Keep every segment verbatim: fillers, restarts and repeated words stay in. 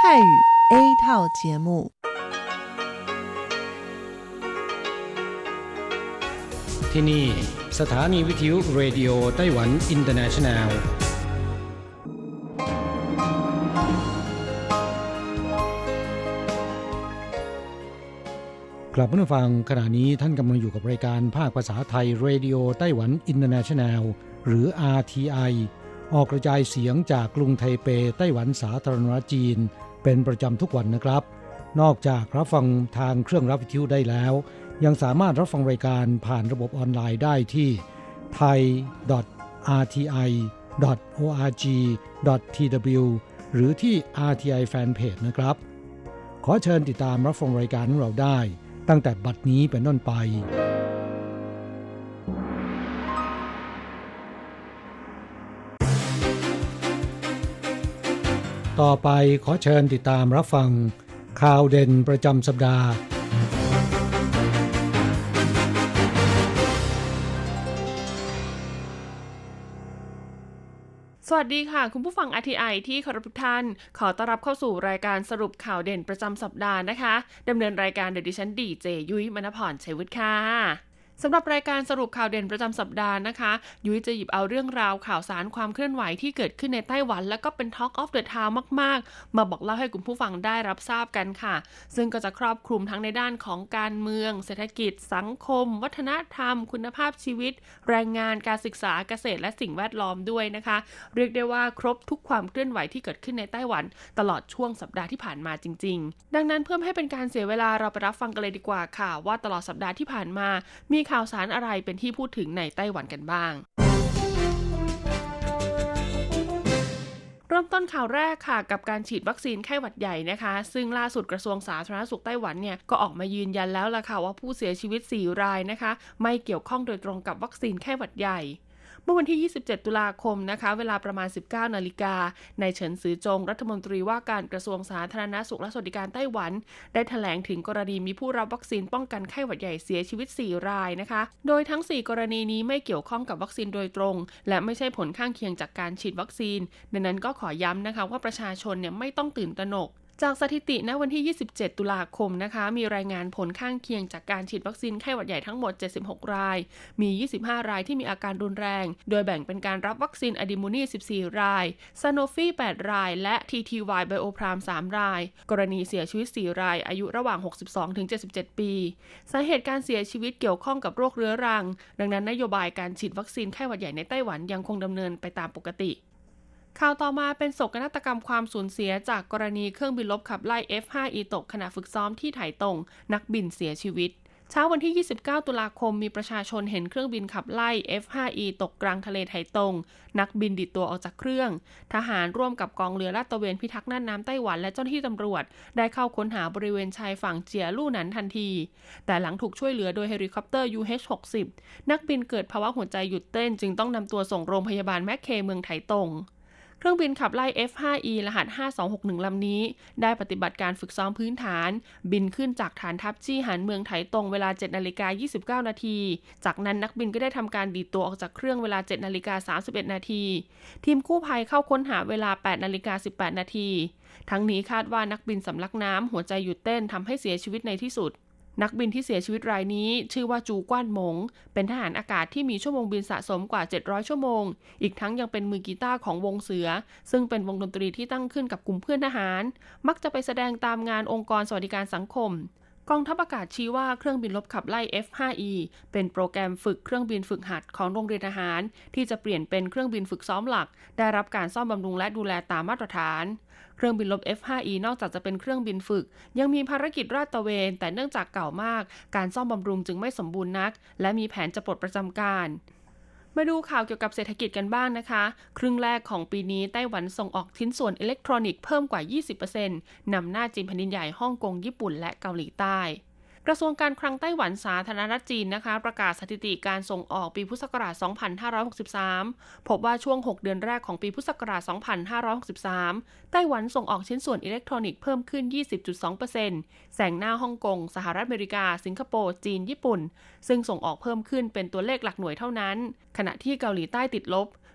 泰语 A 套节目ที่นี่สถานีวิทยุเรดิโอไต้หวันอินเตอร์เนชั่นแนลกลับมาฟังขณะนี้ท่านกำลังอยู่กับรายการภาคภาษาไทยเรดิโอไต้หวันอินเตอร์เนชั่นแนลหรือ อาร์ ที ไอ ออกกระจายเสียงจากกรุงไทเปไต้หวันสาธารณรัฐจีนเป็นประจำทุกวันนะครับนอกจากรับฟังทางเครื่องรับวิทยุได้แล้วยังสามารถรับฟังรายการผ่านระบบออนไลน์ได้ที่ ไทย ดอท อาร์ ที ไอ ดอท โอ อาร์ จี ดอท ที ดับเบิลยู หรือที่ อาร์ ที ไอ Fanpage นะครับขอเชิญติดตามรับฟังรายการของเราได้ตั้งแต่บัดนี้เป็นต้นไปต่อไปขอเชิญติดตามรับฟังข่าวเด่นประจำสัปดาห์สวัสดีค่ะคุณผู้ฟัง อาร์ ที ไอ ที่เคารพทุกท่านขอต้อนรับเข้าสู่รายการสรุปข่าวเด่นประจำสัปดาห์นะคะดำเนินรายการโดยดิฉันดีเจยุ้ยมณพรชัยวุฒิค่ะสำหรับรายการสรุปข่าวเด่นประจำสัปดาห์นะคะยุ้ยจะหยิบเอาเรื่องราวข่าวสารความเคลื่อนไหวที่เกิดขึ้นในไต้หวันแล้วก็เป็น Talk of the Town มากๆมาบอกเล่าให้คุณผู้ฟังได้รับทราบกันค่ะซึ่งก็จะครอบคลุมทั้งในด้านของการเมืองเศรษฐกิจสังคมวัฒนธรรมคุณภาพชีวิตแรงงานการศึกษาเกษตรและสิ่งแวดล้อมด้วยนะคะเรียกได้ว่าครบทุกความเคลื่อนไหวที่เกิดขึ้นในไต้หวันตลอดช่วงสัปดาห์ที่ผ่านมาจริงๆดังนั้นเพื่อไม่ให้เป็นการเสียเวลาเราไปรับฟังกันเลยดีกว่าค่ะว่าตลอดสัปดาห์ที่ผ่านมามีข่าวสารอะไรเป็นที่พูดถึงในไต้หวันกันบ้างเริ่มต้นข่าวแรกค่ะกับการฉีดวัคซีนไข้หวัดใหญ่นะคะซึ่งล่าสุดกระทรวงสาธารณสุขไต้หวันเนี่ยก็ออกมายืนยันแล้วล่ะค่ะว่าผู้เสียชีวิตสี่รายนะคะไม่เกี่ยวข้องโดยตรงกับวัคซีนไข้หวัดใหญ่เมื่อวันที่ยี่สิบเจ็ดตุลาคมนะคะเวลาประมาณ สิบเก้านาฬิกา นายเฉินซือจงรัฐมนตรีว่าการกระทรวงสาธารณสุขและสวัสดิการไต้หวันได้แถลงถึงกรณีมีผู้รับวัคซีนป้องกันไข้หวัดใหญ่เสียชีวิตสี่รายนะคะโดยทั้งสี่กรณีนี้ไม่เกี่ยวข้องกับวัคซีนโดยตรงและไม่ใช่ผลข้างเคียงจากการฉีดวัคซีนดังนั้นก็ขอย้ำนะคะว่าประชาชนเนี่ยไม่ต้องตื่นตระหนกจากสถิติณวันที่ยี่สิบเจ็ดตุลาคมนะคะมีรายงานผลข้างเคียงจากการฉีดวัคซีนไข้หวัดใหญ่ทั้งหมดเจ็ดสิบหกรายมียี่สิบห้ารายที่มีอาการรุนแรงโดยแบ่งเป็นการรับวัคซีนอะดิมูนีสิบสี่รายซาโนฟีแปดรายและ ที ที วาย Biopharm สามรายกรณีเสียชีวิตสี่รายอายุระหว่าง หกสิบสองถึงเจ็ดสิบเจ็ด ปีสาเหตุการเสียชีวิตเกี่ยวข้องกับโรคเรื้อรังดังนั้นนโยบายการฉีดวัคซีนไข้หวัดใหญ่ในไต้หวันยังคงดำเนินไปตามปกติข่าวต่อมาเป็นโศกนาฏกรรมความสูญเสียจากกรณีเครื่องบินรบขับไล่ เอฟ ไฟว์ อี ตกขณะฝึกซ้อมที่ไถตงนักบินเสียชีวิตเช้าวันที่ยี่สิบเก้าตุลาคมมีประชาชนเห็นเครื่องบินขับไล่ เอฟ ไฟว์ อี ตกกลางทะเลไถตงนักบินดิดตัวออกจากเครื่องทหารร่วมกับกองเรือลาดตระเวนพิทักษ์น่านน้ำไต้หวันและเจ้าหน้าที่ตำรวจได้เข้าค้นหาบริเวณชายฝั่งเจียลู่หนันทันทีแต่หลังถูกช่วยเหลือโดยเฮลิคอปเตอร์ ยู เอช หกสิบ นักบินเกิดภาวะหัวใจหยุดเต้นจึงต้องนำตัวส่งโรงพยาบาลแมคเคเมืองไถตงเครื่องบินขับไล่ เอฟ ไฟว์ อี รหัสห้าสองหกหนึ่งลำนี้ได้ปฏิบัติการฝึกซ้อมพื้นฐานบินขึ้นจากฐานทัพจี้หานเมืองไถตงเวลา เจ็ดนาฬิกายี่สิบเก้านาทีจากนั้นนักบินก็ได้ทำการดีดตัวออกจากเครื่องเวลา เจ็ดนาฬิกาสามสิบเอ็ดนาทีทีมกู้ภัยเข้าค้นหาเวลา แปดนาฬิกาสิบแปดนาทีทั้งนี้คาดว่านักบินสำลักน้ำหัวใจหยุดเต้นทำให้เสียชีวิตในที่สุดนักบินที่เสียชีวิตรายนี้ชื่อว่าจูกว้านหมงเป็นทหารอากาศที่มีชั่วโมงบินสะสมกว่าเจ็ดร้อยชั่วโมงอีกทั้งยังเป็นมือกีตาร์ของวงเสือซึ่งเป็นวงดนตรีที่ตั้งขึ้นกับกลุ่มเพื่อนทหารมักจะไปแสดงตามงานองค์กรสวัสดิการสังคมกองทัพอากาศชี้ว่าเครื่องบินรบขับไล่ เอฟ ไฟว์ อี เป็นโปรแกรมฝึกเครื่องบินฝึกหัดของโรงเรียนทหารที่จะเปลี่ยนเป็นเครื่องบินฝึกซ้อมหลักได้รับการซ่อมบำรุงและดูแลตามมาตรฐานเครื่องบินรบ เอฟ ไฟว์ อี นอกจากจะเป็นเครื่องบินฝึกยังมีภารกิจลาดตระเวนแต่เนื่องจากเก่ามากการซ่อมบำรุงจึงไม่สมบูรณ์นักและมีแผนจะปลดประจำการมาดูข่าวเกี่ยวกับเศรษฐกิจกันบ้างนะคะครึ่งแรกของปีนี้ไต้หวันส่งออกชิ้นส่วนอิเล็กทรอนิกส์เพิ่มกว่า ยี่สิบเปอร์เซ็นต์ นำหน้าจีนแผ่นดินใหญ่ฮ่องกงญี่ปุ่นและเกาหลีใต้กระทรวงการคลังไต้หวันสาธารณรัฐจีนนะคะประกาศสถิติการส่งออกปีพุทธศักราช สองพันห้าร้อยหกสิบสาม พบว่าช่วงหกเดือนแรกของปีพุทธศักราช สองพันห้าร้อยหกสิบสาม ไต้หวันส่งออกชิ้นส่วนอิเล็กทรอนิกส์เพิ่มขึ้น ยี่สิบจุดสองเปอร์เซ็นต์ แซงหน้าฮ่องกงสหรัฐอเมริกาสิงคโปร์จีนญี่ปุ่นซึ่งส่งออกเพิ่มขึ้นเป็นตัวเลขหลักหน่วยเท่านั้นขณะที่เกาหลีใต้ติดลบ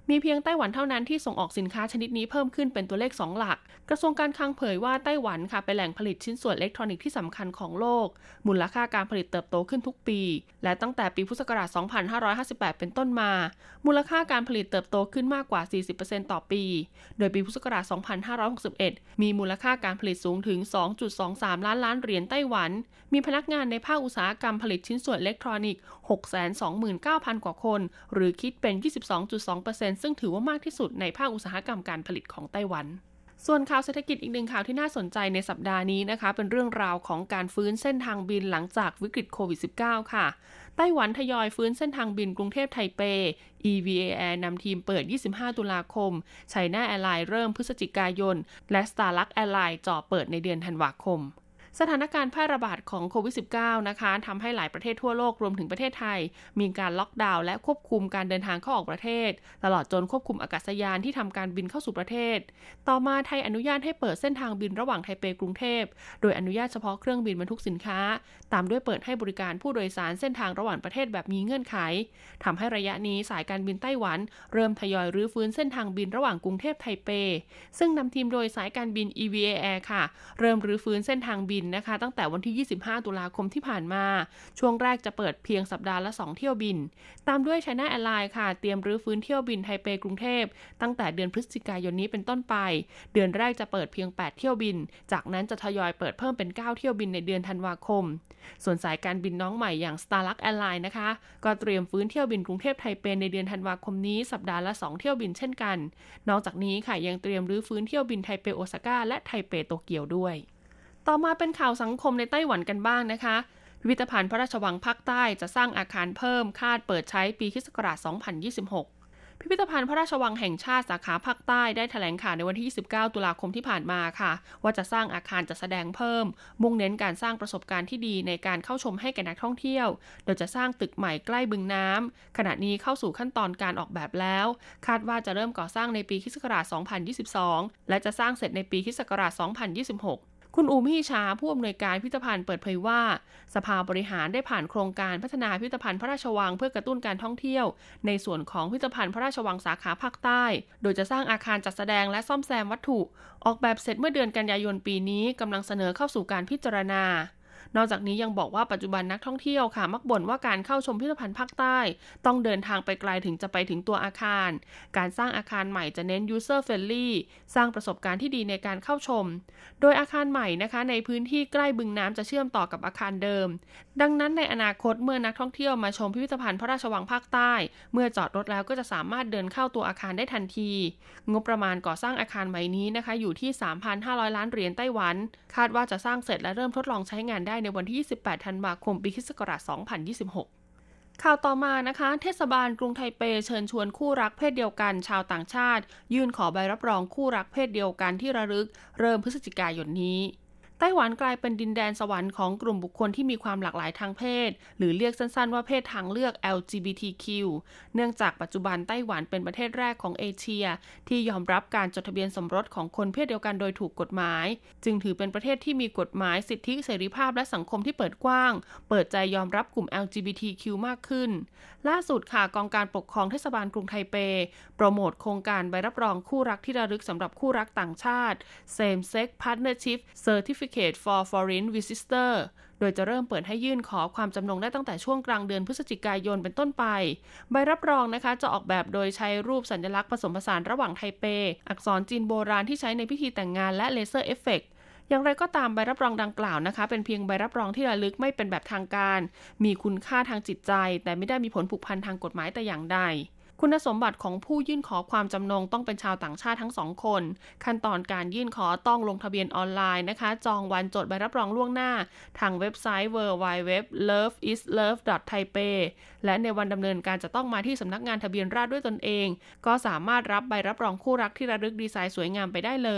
มีเพียงไต้หวันเท่านั้นที่ส่งออกสินค้าชนิดนี้เพิ่มขึ้นเป็นตัวเลขสองหลักกระทรวงการคลังเผยว่าไต้หวันค่ะเป็นแหล่งผลิตชิ้นส่วนอิเล็กทรอนิกส์ที่สำคัญของโลกมูลค่าการผลิตเติบโตขึ้นทุกปีและตั้งแต่ปีพุทธศักราชสองพันห้าร้อยห้าสิบแปดเป็นต้นมามูลค่าการผลิตเติบโตขึ้นมากกว่า สี่สิบเปอร์เซ็นต์ ต่อปีโดยปีพุทธศักราชสองพันห้าร้อยหกสิบเอ็ดมีมูลค่าการผลิตสูงถึง สองจุดสองสาม ล้านล้านเหรียญไต้หวันมีพนักงานในภาคอุตสาหกรรมผลิตชิ้นส่วนอิเล็กทรอนิกส์ หกแสนสองหมื่นเก้าพัน กว่าคนหรือคิดเป็น ยี่สิบสองจุดสองเปอร์เซ็นต์ ซึ่งถือว่ามากที่สุดในภาคอุตสาหกรรมการผลิตของไต้หวันส่วนข่าวเศรษฐกิจอีกหนึ่งข่าวที่น่าสนใจในสัปดาห์นี้นะคะเป็นเรื่องราวของการฟื้นเส้นทางบินหลังจากวิกฤตโควิด สิบเก้า ค่ะไต้หวันทยอยฟื้นเส้นทางบินกรุงเทพไทเป อี วี เอ Air นำทีมเปิดยี่สิบห้าตุลาคม China Airlines เริ่มพฤศจิกายนและ Starlux Airlines จ่อเปิดในเดือนธันวาคมสถานการณ์แพร่ระบาดของโควิด สิบเก้า นะคะทำให้หลายประเทศทั่วโลกรวมถึงประเทศไทยมีการล็อกดาวน์และควบคุมการเดินทางเข้าออกประเทศตลอดจนควบคุมอากาศยานที่ทำการบินเข้าสู่ประเทศต่อมาไทยอนุญาตให้เปิดเส้นทางบินระหว่างไทเปกรุงเทพโดยอนุญาตเฉพาะเครื่องบินบรรทุกสินค้าตามด้วยเปิดให้บริการผู้โดยสารเส้นทางระหว่างประเทศแบบมีเงื่อนไขทำให้ระยะนี้สายการบินไต้หวันเริ่มทยอยรื้อฟื้นเส้นทางบินระหว่างกรุงเทพไทเปซึ่งนำทีมโดยสายการบิน อี วี เอ Air ค่ะเริ่มรื้อฟื้นเส้นทางบินนะคะตั้งแต่วันที่ยี่สิบห้าตุลาคมที่ผ่านมาช่วงแรกจะเปิดเพียงสัปดาห์ละสองเที่ยวบินตามด้วย China Airlines ค่ะเตรียมรื้อฟื้นเที่ยวบินไทเปกรุงเทพตั้งแต่เดือนพฤศจิกายนนี้เป็นต้นไปเดือนแรกจะเปิดเพียงแปดเที่ยวบินจากนั้นจะทยอยเปิดเพิ่มเป็นเก้าเที่ยวบินในเดือนธันวาคมส่วนสายการบินน้องใหม่อย่าง Starlux Airlines นะคะก็เตรียมฟื้นเที่ยวบินกรุงเทพไทเปในเดือนธันวาคมนี้สัปดาห์ละสองเที่ยวบินเช่นกันนอกจากนี้ค่ะยังเตรียมรื้อฟื้นเที่ยวบินไทเปโอซาก้าและไทเปโตเกียวด้วยต่อมาเป็นข่าวสังคมในไต้หวันกันบ้างนะคะพิพิธภัณฑ์พระราชวังภาคใต้จะสร้างอาคารเพิ่มคาดเปิดใช้ปีค.ศ. สองพันยี่สิบหกพิพิธภัณฑ์พระราชวังแห่งชาติสาขาภาคใต้ได้แถลงข่าวในวันที่ยี่สิบเก้าตุลาคมที่ผ่านมาค่ะว่าจะสร้างอาคารจัดแสดงเพิ่มมุ่งเน้นการสร้างประสบการณ์ที่ดีในการเข้าชมให้แก่นักท่องเที่ยวโดยจะสร้างตึกใหม่ใกล้บึงน้ำขณะนี้เข้าสู่ขั้นตอนการออกแบบแล้วคาดว่าจะเริ่มก่อสร้างในปีค.ศ. สองพันยี่สิบสองและจะสร้างเสร็จในปีค.ศ. สองพันยี่สิบหกคุณอูมี่ชาผู้อำนวยการพิพิธภัณฑ์เปิดเผยว่าสภาบริหารได้ผ่านโครงการพัฒนาพิพิธภัณฑ์พระราชวังเพื่อกระตุ้นการท่องเที่ยวในส่วนของพิพิธภัณฑ์พระราชวังสาขาภาคใต้โดยจะสร้างอาคารจัดแสดงและซ่อมแซมวัตถุออกแบบเสร็จเมื่อเดือนกันยายนปีนี้กำลังเสนอเข้าสู่การพิจารณานอกจากนี้ยังบอกว่าปัจจุบันนักท่องเที่ยวค่ะมักบ่นว่าการเข้าชมพิพิธภัณฑ์ภาคใต้ต้องเดินทางไปไกลถึงจะไปถึงตัวอาคารการสร้างอาคารใหม่จะเน้น user friendly สร้างประสบการณ์ที่ดีในการเข้าชมโดยอาคารใหม่นะคะในพื้นที่ใกล้บึงน้ำจะเชื่อมต่อกับอาคารเดิมดังนั้นในอนาคตเมื่อนักท่องเที่ยวมาชมพิพิธภัณฑ์พระราชวังภาคใต้เมื่อจอดรถแล้วก็จะสามารถเดินเข้าตัวอาคารได้ทันทีงบประมาณก่อสร้างอาคารใหม่นี้นะคะอยู่ที่ สามพันห้าร้อย ล้านเหรียญไต้หวันคาดว่าจะสร้างเสร็จและเริ่มทดลองใช้งานได้ในวันที่ยี่สิบแปดธันวาคมปีค.ศ. สองพันยี่สิบหกข่าวต่อมานะคะเทศบาลกรุงไทเปเชิญชวนคู่รักเพศเดียวกันชาวต่างชาติยื่นขอใบรับรองคู่รักเพศเดียวกันที่ระลึกเริ่มพฤศจิกายนนี้ไต้หวันกลายเป็นดินแดนสวรรค์ของกลุ่มบุคคลที่มีความหลากหลายทางเพศหรือเรียกสั้นๆว่าเพศทางเลือก แอล จี บี ที คิว เนื่องจากปัจจุบันไต้หวันเป็นประเทศแรกของเอเชียที่ยอมรับการจดทะเบียนสมรสของคนเพศเดียวกันโดยถูกกฎหมายจึงถือเป็นประเทศที่มีกฎหมายสิทธิเสรีภาพและสังคมที่เปิดกว้างเปิดใจยอมรับกลุ่ม แอล จี บี ที คิว มากขึ้นล่าสุดค่ะกองการปกครองเทศบาลกรุงไทเปโปรโมทโครงการใบรับรองคู่รักที่ระลึกสำหรับคู่รักต่างชาติ Same Sex Partnership Certificate for Foreign Visitor โดยจะเริ่มเปิดให้ยื่นขอความจำนงได้ตั้งแต่ช่วงกลางเดือนพฤศจิกายนเป็นต้นไปใบรับรองนะคะจะออกแบบโดยใช้รูปสัญลักษณ์ผสมผสานระหว่างไทเปอักษรจีนโบราณที่ใช้ในพิธีแต่งงานและเลเซอร์เอฟเฟกต์อย่างไรก็ตามใบรับรองดังกล่าวนะคะเป็นเพียงใบรับรองที่ระลึกไม่เป็นแบบทางการมีคุณค่าทางจิตใจแต่ไม่ได้มีผลผูกพันทางกฎหมายแต่อย่างใดคุณสมบัติของผู้ยื่นขอความจำนงต้องเป็นชาวต่างชาติทั้งสองคนขั้นตอนการยื่นขอต้องลงทะเบียนออนไลน์นะคะจองวันจดใบรับรองล่วงหน้าทางเว็บไซต์ ดับเบิลยู ดับเบิลยู ดับเบิลยู ดอท เลิฟ อิส เลิฟ ดอท ไทเป และในวันดำเนินการจะต้องมาที่สำนักงานทะเบียนราษฎร์ด้วยตนเองก็สามารถรับใบรับรองคู่รักที่ระลึกดีไซน์สวยงามไปได้เลย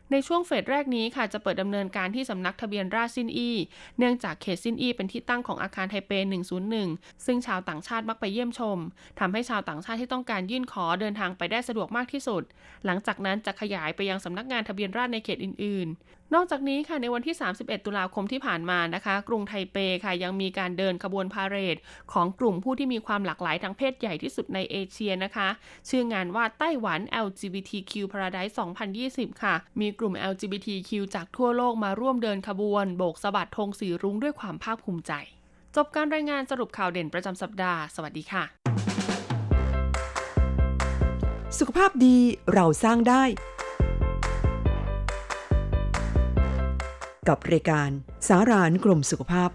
ในช่วงเฟสแรกนี้ค่ะจะเปิดดำเนินการที่สำนักทะเบียนราษฎร์ซินอี้เนื่องจากเขตซินอี้เป็นที่ตั้งของอาคารไทเปหนึ่งศูนย์หนึ่งซึ่งชาวต่างชาติมักไปเยี่ยมชมทำให้ชาวต่างชาติที่ต้องการยื่นขอเดินทางไปได้สะดวกมากที่สุดหลังจากนั้นจะขยายไปยังสำนักงานทะเบียนราษฎร์ในเขตอื่นๆนอกจากนี้ค่ะในวันที่สามสิบเอ็ดตุลาคมที่ผ่านมานะคะกรุงไทเปค่ะยังมีการเดินขบวนพาเหรดของกลุ่มผู้ที่มีความหลากหลายทางเพศใหญ่ที่สุดในเอเชียนะคะชื่องานว่าไต้หวัน แอล จี บี ที คิว Paradise สองพันยี่สิบค่ะมีกลุ่ม แอล จี บี ที คิว จากทั่วโลกมาร่วมเดินขบวนโบกสะบัดธงสีรุ้งด้วยความภาคภูมิใจจบการรายงานสรุปข่าวเด่นประจำสัปดาห์สวัสดีค่ะสุขภาพดีเราสร้างได้กับรายการสารานุกรมสุขภาพ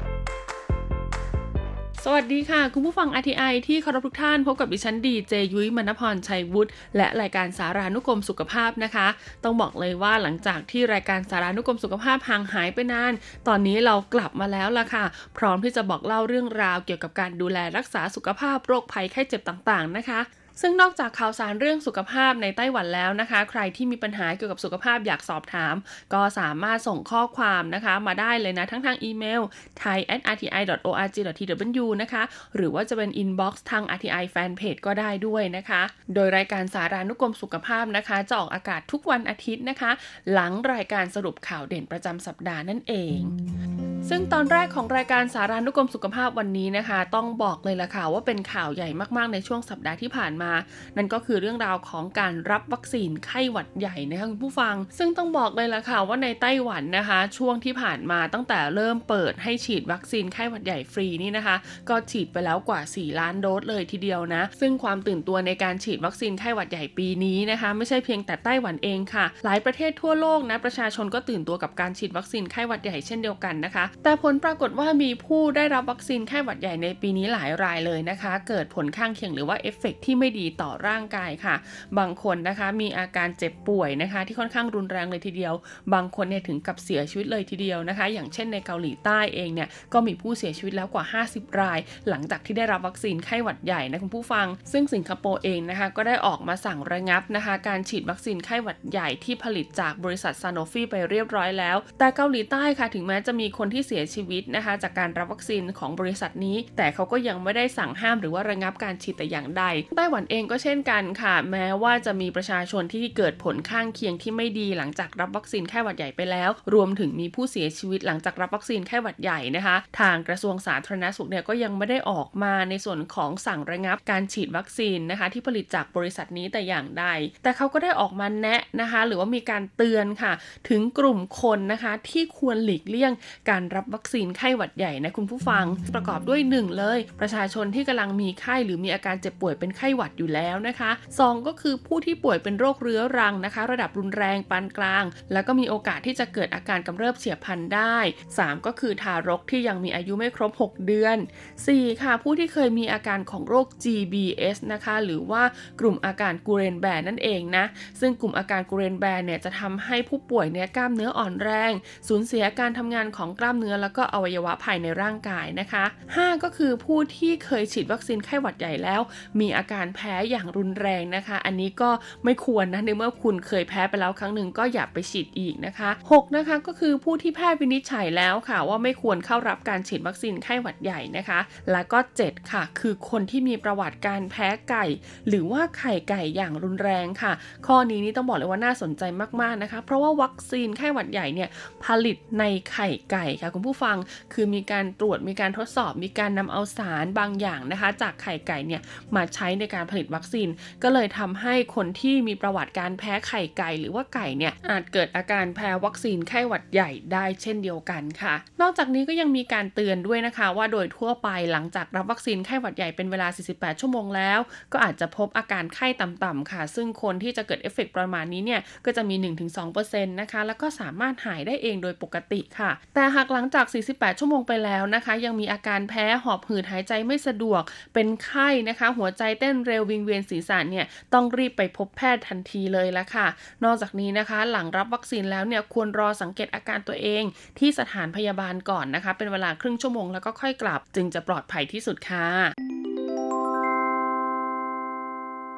สวัสดีค่ะคุณผู้ฟัง อาร์ ที ไอ ที่เคารพทุกท่านพบกับดิฉันดีเจยุ้ยมณพรชัยวุฒิและรายการสารานุกรมสุขภาพนะคะต้องบอกเลยว่าหลังจากที่รายการสารานุกรมสุขภาพห่างหายไปนานตอนนี้เรากลับมาแล้วล่ะค่ะพร้อมที่จะบอกเล่าเรื่องราวเกี่ยวกับการดูแลรักษาสุขภาพโรคภัยไข้เจ็บต่างๆนะคะซึ่งนอกจากข่าวสารเรื่องสุขภาพในไต้หวันแล้วนะคะใครที่มีปัญหาเกี่ยวกับสุขภาพอยากสอบถามก็สามารถส่งข้อความนะคะมาได้เลยนะทั้งทางอีเมล ไทย แอท อาร์ ที ไอ ดอท โอ อาร์ จี ดอท ที ดับเบิลยู นะคะหรือว่าจะเป็นอินบ็อกซ์ทาง อาร์ ที ไอ Fanpage ก็ได้ด้วยนะคะโดยรายการสารานุกรมสุขภาพนะคะจะออกอากาศทุกวันอาทิตย์นะคะหลังรายการสรุปข่าวเด่นประจำสัปดาห์นั่นเองซึ่งตอนแรกของรายการสารานุกรมสุขภาพวันนี้นะคะต้องบอกเลยล่ะค่ะว่าเป็นข่าวใหญ่มากๆในช่วงสัปดาห์ที่ผ่านมานั่นก็คือเรื่องราวของการรับวัคซีนไข้หวัดใหญ่นะคะคุณผู้ฟังซึ่งต้องบอกเลยล่ะค่ะว่าในไต้หวันนะคะช่วงที่ผ่านมาตั้งแต่เริ่มเปิดให้ฉีดวัคซีนไข้หวัดใหญ่ฟรีนี่นะคะก็ฉีดไปแล้วกว่าสี่ล้านโดสเลยทีเดียวนะซึ่งความตื่นตัวในการฉีดวัคซีนไข้หวัดใหญ่ปีนี้นะคะไม่ใช่เพียงแต่ไต้หวันเองค่ะหลายประเทศทั่วโลกนะประชาชนก็ตื่นตัวกับการฉีดวัคซีนไข้หวัดใหญ่เช่นเดียวกันนะคะแต่ผลปรากฏว่ามีผู้ได้รับวัคซีนไข้หวัดใหญ่ในปีนี้หลายรายเลยนะคะเกิดผลข้างเคียงหรือว่าเอฟเฟกต์ที่ไม่ดีต่อร่างกายค่ะบางคนนะคะมีอาการเจ็บป่วยนะคะที่ค่อนข้างรุนแรงเลยทีเดียวบางคนเนี่ยถึงกับเสียชีวิตเลยทีเดียวนะคะอย่างเช่นในเกาหลีใต้เองเนี่ยก็มีผู้เสียชีวิตแล้วกว่าห้าสิบรายหลังจากที่ได้รับวัคซีนไข้หวัดใหญ่นะคุณผู้ฟังซึ่งสิงคโปร์เองนะคะก็ได้ออกมาสั่งระงับนะคะการฉีดวัคซีนไข้หวัดใหญ่ที่ผลิตจากบริษัทซานโนฟีไปเรียบร้อยแล้วแต่เกาหลีใต้ค่ะถึงแม้จะมีคนที่เสียชีวิตนะคะจากการรับวัคซีนของบริษัทนี้แต่เขาก็ยังไม่ได้สั่งห้ามหรือว่าระงับการฉีดแต่อย่างใดไต้หวันเองก็เช่นกันค่ะแม้ว่าจะมีประชาชนที่เกิดผลข้างเคียงที่ไม่ดีหลังจากรับวัคซีนไข้หวัดใหญ่ไปแล้วรวมถึงมีผู้เสียชีวิตหลังจากรับวัคซีนไข้หวัดใหญ่นะคะทางกระทรวงสาธารณสุขเนี่ยก็ยังไม่ได้ออกมาในส่วนของสั่งระงับการฉีดวัคซีนนะคะที่ผลิตจากบริษัทนี้แต่อย่างใดแต่เขาก็ได้ออกมาแนะนะคะหรือว่ามีการเตือนค่ะถึงกลุ่มคนนะคะที่ควรหลีกเลี่ยงการรับวัคซีนไข้หวัดใหญ่นะคุณผู้ฟังประกอบด้วยหนึ่งเลยประชาชนที่กำลังมีไข้หรือมีอาการเจ็บป่วยเป็นไข้หวัดอยู่แล้วนะคะสองก็คือผู้ที่ป่วยเป็นโรคเรื้อรังนะคะระดับรุนแรงปานกลางแล้วก็มีโอกาสที่จะเกิดอาการกำเริบเฉียบพลันได้สามก็คือทารกที่ยังมีอายุไม่ครบหกเดือนสี่ค่ะผู้ที่เคยมีอาการของโรค จี บี เอส นะคะหรือว่ากลุ่มอาการกูเรนแบร์นั่นเองนะซึ่งกลุ่มอาการกูเรนแบร์เนี่ยจะทำให้ผู้ป่วยเนี่ยกล้ามเนื้ออ่อนแรงสูญเสียการทำงานของกล้ามเนื้อแล้วก็อวัยวะภายในร่างกายนะคะห้าก็คือผู้ที่เคยฉีดวัคซีนไข้หวัดใหญ่แล้วมีอาการแพ้อย่างรุนแรงนะคะอันนี้ก็ไม่ควรนะในเมื่อคุณเคยแพ้ไปแล้วครั้งหนึ่งก็อย่าไปฉีดอีกนะคะหกนะคะก็คือผู้ที่แพทย์วินิจฉัยแล้วค่ะว่าไม่ควรเข้ารับการฉีดวัคซีนไข้หวัดใหญ่นะคะแล้วก็เจ็ดค่ะคือคนที่มีประวัติการแพ้ไก่หรือว่าไข่ไก่อย่างรุนแรงค่ะข้อนี้นี่ต้องบอกเลยว่าน่าสนใจมากๆนะคะเพราะว่าวัคซีนไข้หวัดใหญ่เนี่ยผลิตในไข่ไก่ค่ะคุณผู้ฟังคือมีการตรวจมีการทดสอบมีการนำเอาสารบางอย่างนะคะจากไข่ไก่เนี่ยมาใช้ในการผลิตวัคซีนก็เลยทำให้คนที่มีประวัติการแพ้ไข่ไก่หรือว่าไก่เนี่ยอาจเกิดอาการแพ้วัคซีนไข้หวัดใหญ่ได้เช่นเดียวกันค่ะนอกจากนี้ก็ยังมีการเตือนด้วยนะคะว่าโดยทั่วไปหลังจากรับวัคซีนไข้หวัดใหญ่เป็นเวลาสี่สิบแปดชั่วโมงแล้วก็อาจจะพบอาการไข้ต่ำๆค่ะซึ่งคนที่จะเกิดเอฟเฟกต์ประมาณนี้เนี่ยก็จะมี หนึ่งถึงสองเปอร์เซ็นต์ นะคะแล้วก็สามารถหายได้เองโดยปกติค่ะแต่หากหลังจากสี่สิบแปดชั่วโมงไปแล้วนะคะยังมีอาการแพ้หอบหืดหายใจไม่สะดวกเป็นไข้นะคะหัวใจเต้นเร็ววิงเวียนศีรษะเนี่ยต้องรีบไปพบแพทย์ทันทีเลยละค่ะนอกจากนี้นะคะหลังรับวัคซีนแล้วเนี่ยควรรอสังเกตอาการตัวเองที่สถานพยาบาลก่อนนะคะเป็นเวลาครึ่งชั่วโมงแล้วก็ค่อยกลับจึงจะปลอดภัยที่สุดค่ะ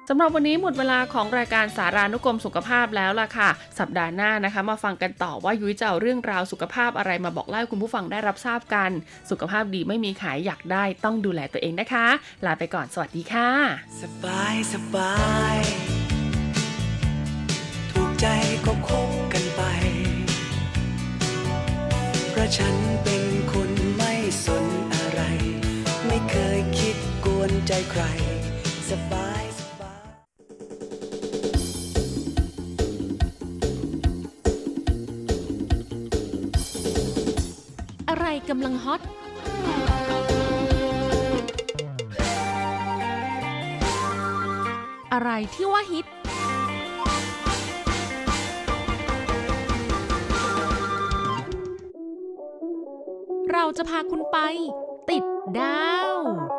สำหรับวันนี้หมดเวลาของรายการสารานุกรมสุขภาพแล้วล่ะค่ะสัปดาห์หน้านะคะมาฟังกันต่อว่ายุ้ยจะเอาเรื่องราวสุขภาพอะไรมาบอกเล่าให้คุณผู้ฟังได้รับทราบกันสุขภาพดีไม่มีขายอยากได้ต้องดูแลตัวเองนะคะลาไปก่อนสวัสดีค่ะสบายสบายถูกใจก็คบกันไปเพราะฉันเป็นคนไม่สนอะไรไม่เคยคิดกวนใจใครสบายสบายอะไรกำลังฮอตอะไรที่ว่าฮิตเราจะพาคุณไปติดดาว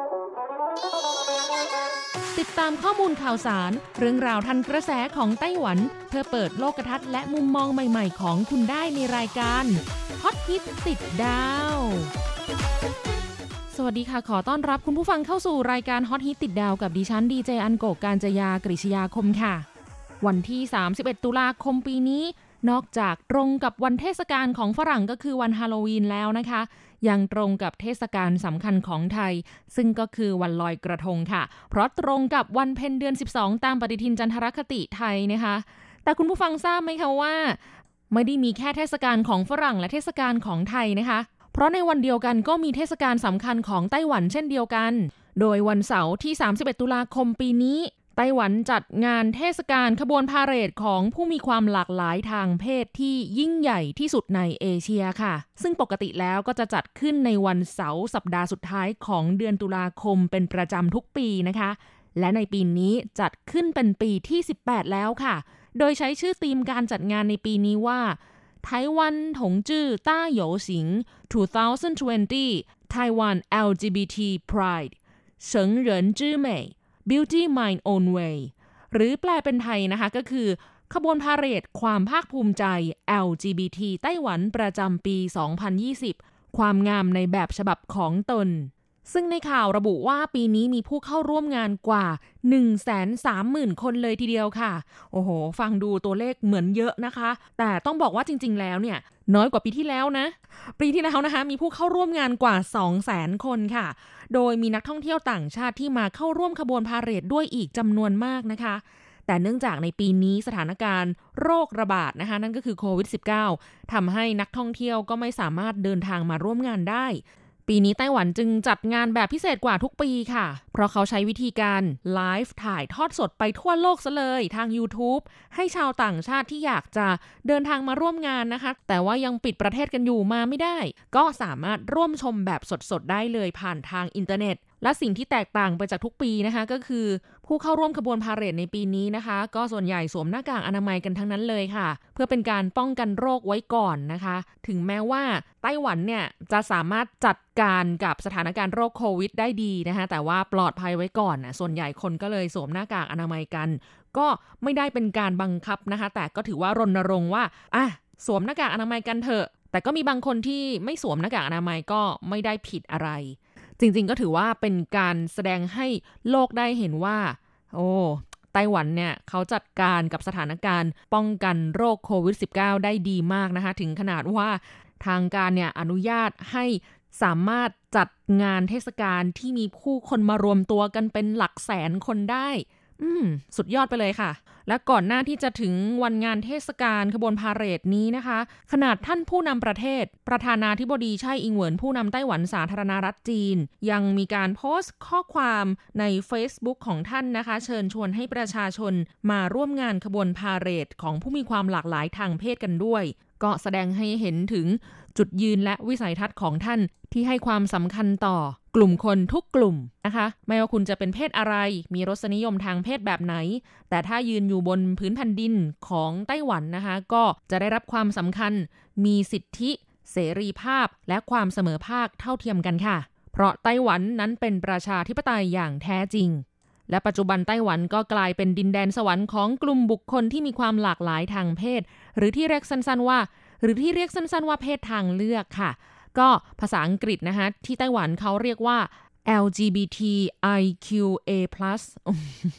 ติดตามข้อมูลข่าวสารเรื่องราวทันกระแสของไต้หวันเพื่อเปิดโลกทัศน์และมุมมองใหม่ๆของคุณได้ในรายการฮอตฮิตติดดาวสวัสดีค่ะขอต้อนรับคุณผู้ฟังเข้าสู่รายการฮอตฮิตติดดาวกับดิฉันดีเจอันโกะกาญจยากฤษยาคมค่ะวันที่สามสิบเอ็ดตุลาคมปีนี้นอกจากตรงกับวันเทศกาลของฝรั่งก็คือวันฮาโลวีนแล้วนะคะยังตรงกับเทศกาลสำคัญของไทยซึ่งก็คือวันลอยกระทงค่ะเพราะตรงกับวันเพ็ญเดือนสิบสองตามปฏิทินจันทรคติไทยนะคะแต่คุณผู้ฟังทราบไหมคะว่าไม่ได้มีแค่เทศกาลของฝรั่งและเทศกาลของไทยนะคะเพราะในวันเดียวกันก็มีเทศกาลสำคัญของไต้หวันเช่นเดียวกันโดยวันเสาร์ที่สามสิบเอ็ดตุลาคมปีนี้ไต้หวันจัดงานเทศกาลขบวนพาเหรดของผู้มีความหลากหลายทางเพศที่ยิ่งใหญ่ที่สุดในเอเชียค่ะซึ่งปกติแล้วก็จะจัดขึ้นในวันเสาร์สัปดาห์สุดท้ายของเดือนตุลาคมเป็นประจำทุกปีนะคะและในปีนี้จัดขึ้นเป็นปีที่สิบแปดแล้วค่ะโดยใช้ชื่อธีมการจัดงานในปีนี้ว่าไต้หวันถงจื้อต้าโหยวสิงสองพันยี่สิบ Taiwan แอล จี บี ที Pride เฉิงเหรินจื้อเหม่ย Beauty My Own Way หรือแปลเป็นไทยนะคะก็คือขบวนพาเหรดความภาคภูมิใจ แอล จี บี ที ไต้หวันประจำปีสองพันยี่สิบความงามในแบบฉบับของตนซึ่งในข่าวระบุว่าปีนี้มีผู้เข้าร่วมงานกว่า หนึ่งแสนสามหมื่น คนเลยทีเดียวค่ะโอ้โหฟังดูตัวเลขเหมือนเยอะนะคะแต่ต้องบอกว่าจริงๆแล้วเนี่ยน้อยกว่าปีที่แล้วนะปีที่แล้วนะคะมีผู้เข้าร่วมงานกว่า สองแสน คนค่ะโดยมีนักท่องเที่ยวต่างชาติที่มาเข้าร่วมขบวนพาเหรดด้วยอีกจำนวนมากนะคะแต่เนื่องจากในปีนี้สถานการณ์โรคระบาดนะคะนั่นก็คือโควิด สิบเก้า ทำให้นักท่องเที่ยวก็ไม่สามารถเดินทางมาร่วมงานได้ปีนี้ไต้หวันจึงจัดงานแบบพิเศษกว่าทุกปีค่ะเพราะเขาใช้วิธีการไลฟ์ถ่ายทอดสดไปทั่วโลกซะเลยทาง YouTube ให้ชาวต่างชาติที่อยากจะเดินทางมาร่วมงานนะคะแต่ว่ายังปิดประเทศกันอยู่มาไม่ได้ก็สามารถร่วมชมแบบสดๆได้เลยผ่านทางอินเทอร์เน็ตและสิ่งที่แตกต่างไปจากทุกปีนะคะก็คือผู้เข้าร่วมขบวนพาเหรดในปีนี้นะคะก็ส่วนใหญ่สวมหน้ากากอนามัยกันทั้งนั้นเลยค่ะเพื่อเป็นการป้องกันโรคไว้ก่อนนะคะถึงแม้ว่าไต้หวันเนี่ยจะสามารถจัดการกับสถานการณ์โรคโควิดได้ดีนะคะแต่ว่าปลอดภัยไว้ก่อนนะส่วนใหญ่คนก็เลยสวมหน้ากากอนามัยกันก็ไม่ได้เป็นการบังคับนะคะแต่ก็ถือว่ารณรงค์ว่าอ่ะสวมหน้ากากอนามัยกันเถอะแต่ก็มีบางคนที่ไม่สวมหน้ากากอนามัยก็ไม่ได้ผิดอะไรจริงๆก็ถือว่าเป็นการแสดงให้โลกได้เห็นว่าโอ้ไต้หวันเนี่ยเขาจัดการกับสถานการณ์ป้องกันโรคโควิด สิบเก้า ได้ดีมากนะคะถึงขนาดว่าทางการเนี่ยอนุญาตให้สามารถจัดงานเทศกาลที่มีผู้คนมารวมตัวกันเป็นหลักแสนคนได้อืมสุดยอดไปเลยค่ะและก่อนหน้าที่จะถึงวันงานเทศกาลขบวนพาเหรดนี้นะคะขนาดท่านผู้นำประเทศประธานาธิบดีไช่อิงเหวินผู้นำไต้หวันสาธารณรัฐจีนยังมีการโพสต์ข้อความใน Facebook ของท่านนะคะเชิญชวนให้ประชาชนมาร่วมงานขบวนพาเหรดของผู้มีความหลากหลายทางเพศกันด้วยก็แสดงให้เห็นถึงจุดยืนและวิสัยทัศน์ของท่านที่ให้ความสำคัญต่อกลุ่มคนทุกกลุ่มนะคะไม่ว่าคุณจะเป็นเพศอะไรมีรสนิยมทางเพศแบบไหนแต่ถ้ายืนอยู่บนพื้นแผ่นดินของไต้หวันนะคะก็จะได้รับความสำคัญมีสิทธิเสรีภาพและความเสมอภาคเท่าเทียมกันค่ะเพราะไต้หวันนั้นเป็นประชาธิปไตยอย่างแท้จริงและปัจจุบันไต้หวันก็กลายเป็นดินแดนสวรรค์ของกลุ่มบุคคลที่มีความหลากหลายทางเพศหรือที่เรียกสั้นๆว่าหรือที่เรียกสั้นๆว่าเพศทางเลือกค่ะก็ภาษาอังกฤษนะคะที่ไต้หวันเขาเรียกว่า แอล จี บี ที ไอ คิว เอ พลัส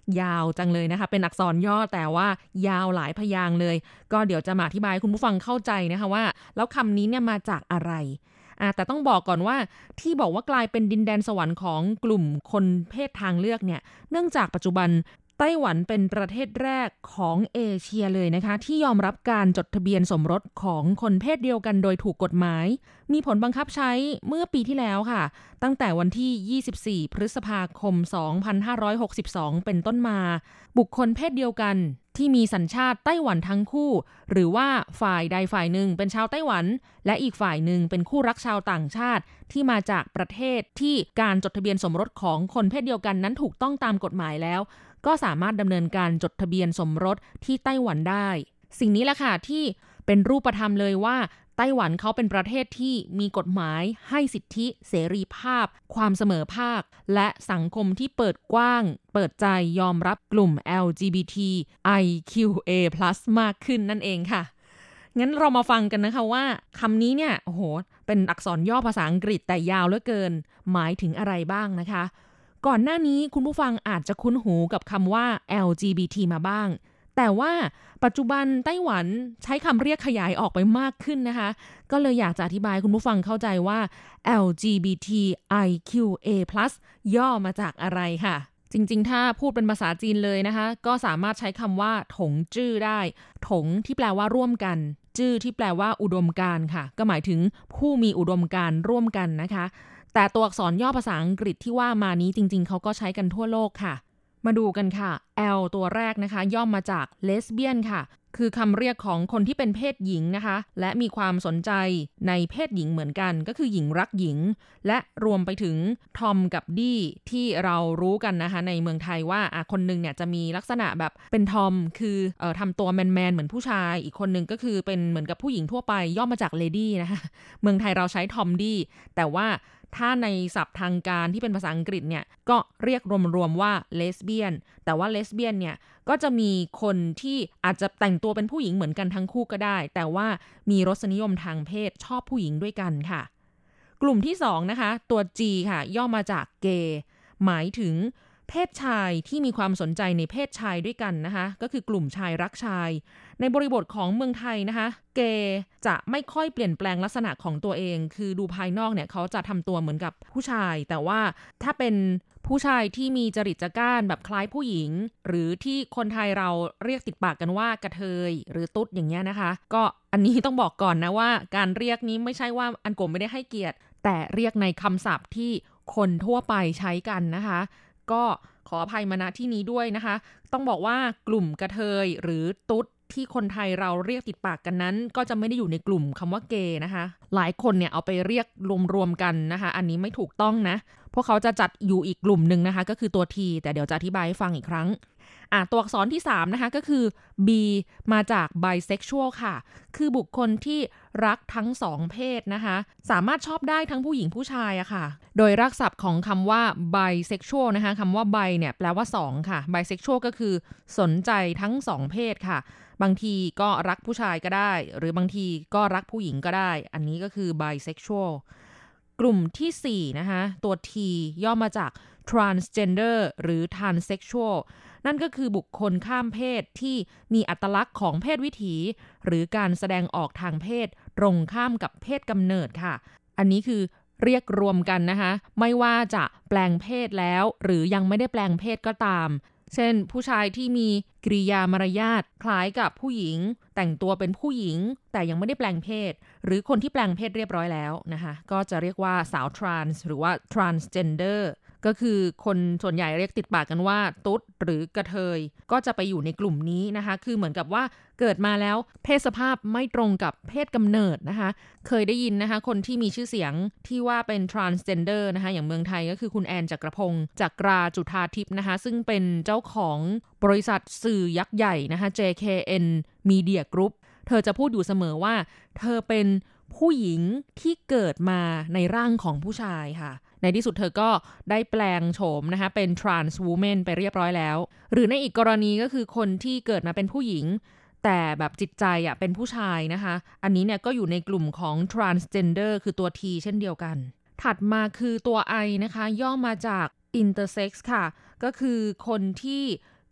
ยาวจังเลยนะคะเป็นอักษรย่อแต่ว่ายาวหลายพยางค์เลยก็เดี๋ยวจะมาอธิบายให้คุณผู้ฟังเข้าใจนะคะว่าแล้วคำนี้เนี่ยมาจากอะไรอ่ะแต่ต้องบอกก่อนว่าที่บอกว่ากลายเป็นดินแดนสวรรค์ของกลุ่มคนเพศทางเลือกเนี่ยเนื่องจากปัจจุบันไต้หวันเป็นประเทศแรกของเอเชียเลยนะคะที่ยอมรับการจดทะเบียนสมรสของคนเพศเดียวกันโดยถูกกฎหมายมีผลบังคับใช้เมื่อปีที่แล้วค่ะตั้งแต่วันที่ยี่สิบสี่พฤษภาคมสองพันห้าร้อยหกสิบสองเป็นต้นมาบุคคลเพศเดียวกันที่มีสัญชาติไต้หวันทั้งคู่หรือว่าฝ่ายใดฝ่ายหนึ่งเป็นชาวไต้หวันและอีกฝ่ายหนึ่งเป็นคู่รักชาวต่างชาติที่มาจากประเทศที่การจดทะเบียนสมรสของคนเพศเดียวกันนั้นถูกต้องตามกฎหมายแล้วก็สามารถดำเนินการจดทะเบียนสมรสที่ไต้หวันได้สิ่งนี้แหละค่ะที่เป็นรูปธรรมเลยว่าไต้หวันเขาเป็นประเทศที่มีกฎหมายให้สิทธิเสรีภาพความเสมอภาคและสังคมที่เปิดกว้างเปิดใจยอมรับกลุ่ม แอล จี บี ที ไอ คิว เอ พลัส มากขึ้นนั่นเองค่ะงั้นเรามาฟังกันนะคะว่าคำนี้เนี่ยโอ้โหเป็นอักษรย่อภาษาอังกฤษแต่ยาวเหลือเกินหมายถึงอะไรบ้างนะคะก่อนหน้านี้คุณผู้ฟังอาจจะคุ้นหูกับคำว่า แอล จี บี ที มาบ้างแต่ว่าปัจจุบันไต้หวันใช้คำเรียกขยายออกไปมากขึ้นนะคะก็เลยอยากจะอธิบายคุณผู้ฟังเข้าใจว่า แอล จี บี ที ไอ คิว เอ พลัส ย่อมาจากอะไรค่ะจริงๆถ้าพูดเป็นภาษาจีนเลยนะคะก็สามารถใช้คำว่าถงจื้อได้ถงที่แปลว่าร่วมกันจื้อที่แปลว่าอุดมการณ์ค่ะก็หมายถึงผู้มีอุดมการณ์ร่วมกันนะคะแต่ตัวอักษรย่อภาษาอังกฤษที่ว่ามานี้จริงๆเขาก็ใช้กันทั่วโลกค่ะมาดูกันค่ะ L ตัวแรกนะคะย่อมมาจากเลสเบี้ยนค่ะคือคำเรียกของคนที่เป็นเพศหญิงนะคะและมีความสนใจในเพศหญิงเหมือนกันก็คือหญิงรักหญิงและรวมไปถึงทอมกับดี้ที่เรารู้กันนะคะในเมืองไทยว่าอ่ะคนนึงเนี่ยจะมีลักษณะแบบเป็นทอมคือเอ่อทำตัวแมนๆเหมือนผู้ชายอีกคนนึงก็คือเป็นเหมือนกับผู้หญิงทั่วไปย่อมาจากเลดี้นะคะเมืองไทยเราใช้ทอมดี้แต่ว่าถ้าในศัพท์ทางการที่เป็นภาษาอังกฤษเนี่ยก็เรียกรวมๆว่าเลสเบี้ยนแต่ว่าเลสเบี้ยนเนี่ยก็จะมีคนที่อาจจะแต่งตัวเป็นผู้หญิงเหมือนกันทั้งคู่ก็ได้แต่ว่ามีรสนิยมทางเพศชอบผู้หญิงด้วยกันค่ะกลุ่มที่สองนะคะตัว G ค่ะย่อมาจากเกย์หมายถึงเพศชายที่มีความสนใจในเพศชายด้วยกันนะคะก็คือกลุ่มชายรักชายในบริบทของเมืองไทยนะคะเกย์จะไม่ค่อยเปลี่ยนแปลงลักษณะของตัวเองคือดูภายนอกเนี่ยเขาจะทำตัวเหมือนกับผู้ชายแต่ว่าถ้าเป็นผู้ชายที่มีจริตจักร้านแบบคล้ายผู้หญิงหรือที่คนไทยเราเรียกติดปากกันว่ากระเทยหรือตุ๊ดอย่างเงี้ยนะคะก็อันนี้ต้องบอกก่อนนะว่าการเรียกนี้ไม่ใช่ว่าอันโกมไม่ได้ให้เกียรติแต่เรียกในคำศัพท์ที่คนทั่วไปใช้กันนะคะก็ขออภัยมาณที่นี้ด้วยนะคะต้องบอกว่ากลุ่มกระเทยหรือตุ๊ดที่คนไทยเราเรียกติดปากกันนั้นก็จะไม่ได้อยู่ในกลุ่มคำว่าเกย์นะคะหลายคนเนี่ยเอาไปเรียกรวมๆกันนะคะอันนี้ไม่ถูกต้องนะพวกเขาจะจัดอยู่อีกกลุ่มนึงนะคะก็คือตัว T แต่เดี๋ยวจะอธิบายให้ฟังอีกครั้งอ่ะตัวอักษรที่สามนะคะก็คือ B มาจาก bisexual ค่ะคือบุคคลที่รักทั้งสองเพศนะคะสามารถชอบได้ทั้งผู้หญิงผู้ชายอะค่ะโดยรากศัพท์ของคำว่า bisexual นะคะคำว่า bi เนี่ยแปลว่าสองค่ะ bisexual ก็คือสนใจทั้งสองเพศค่ะบางทีก็รักผู้ชายก็ได้หรือบางทีก็รักผู้หญิงก็ได้อันนี้ก็คือ bisexual กลุ่มที่สี่นะคะตัว T ย่อมาจาก transgender หรือ transsexual นั่นก็คือบุคคลข้ามเพศที่มีอัตลักษณ์ของเพศวิถีหรือการแสดงออกทางเพศตรงข้ามกับเพศกำเนิดค่ะอันนี้คือเรียกรวมกันนะคะไม่ว่าจะแปลงเพศแล้วหรือยังไม่ได้แปลงเพศก็ตามเช่นผู้ชายที่มีกริยามารยาทคล้ายกับผู้หญิงแต่งตัวเป็นผู้หญิงแต่ยังไม่ได้แปลงเพศหรือคนที่แปลงเพศเรียบร้อยแล้วนะคะก็จะเรียกว่าสาวทรานส์หรือว่า transgender ก็คือคนส่วนใหญ่เรียกติดปากกันว่าตุ๊ดหรือกระเทยก็จะไปอยู่ในกลุ่มนี้นะคะคือเหมือนกับว่าเกิดมาแล้วเพศสภาพไม่ตรงกับเพศกำเนิดนะคะเคยได้ยินนะคะคนที่มีชื่อเสียงที่ว่าเป็น transgender นะคะอย่างเมืองไทยก็คือคุณแอนจักรพงศ์จักราจุฑาทิพย์นะคะซึ่งเป็นเจ้าของบริษัทสื่อยักษ์ใหญ่นะคะ เจ เค เอ็น Media Group เธอจะพูดอยู่เสมอว่าเธอเป็นผู้หญิงที่เกิดมาในร่างของผู้ชายค่ะในที่สุดเธอก็ได้แปลงโฉมนะคะเป็น trans woman ไปเรียบร้อยแล้วหรือในอีกกรณีก็คือคนที่เกิดมาเป็นผู้หญิงแต่แบบจิตใจอ่ะเป็นผู้ชายนะคะอันนี้เนี่ยก็อยู่ในกลุ่มของ transgender คือตัว T เช่นเดียวกันถัดมาคือตัว I นะคะย่อมาจาก intersex ค่ะก็คือคนที่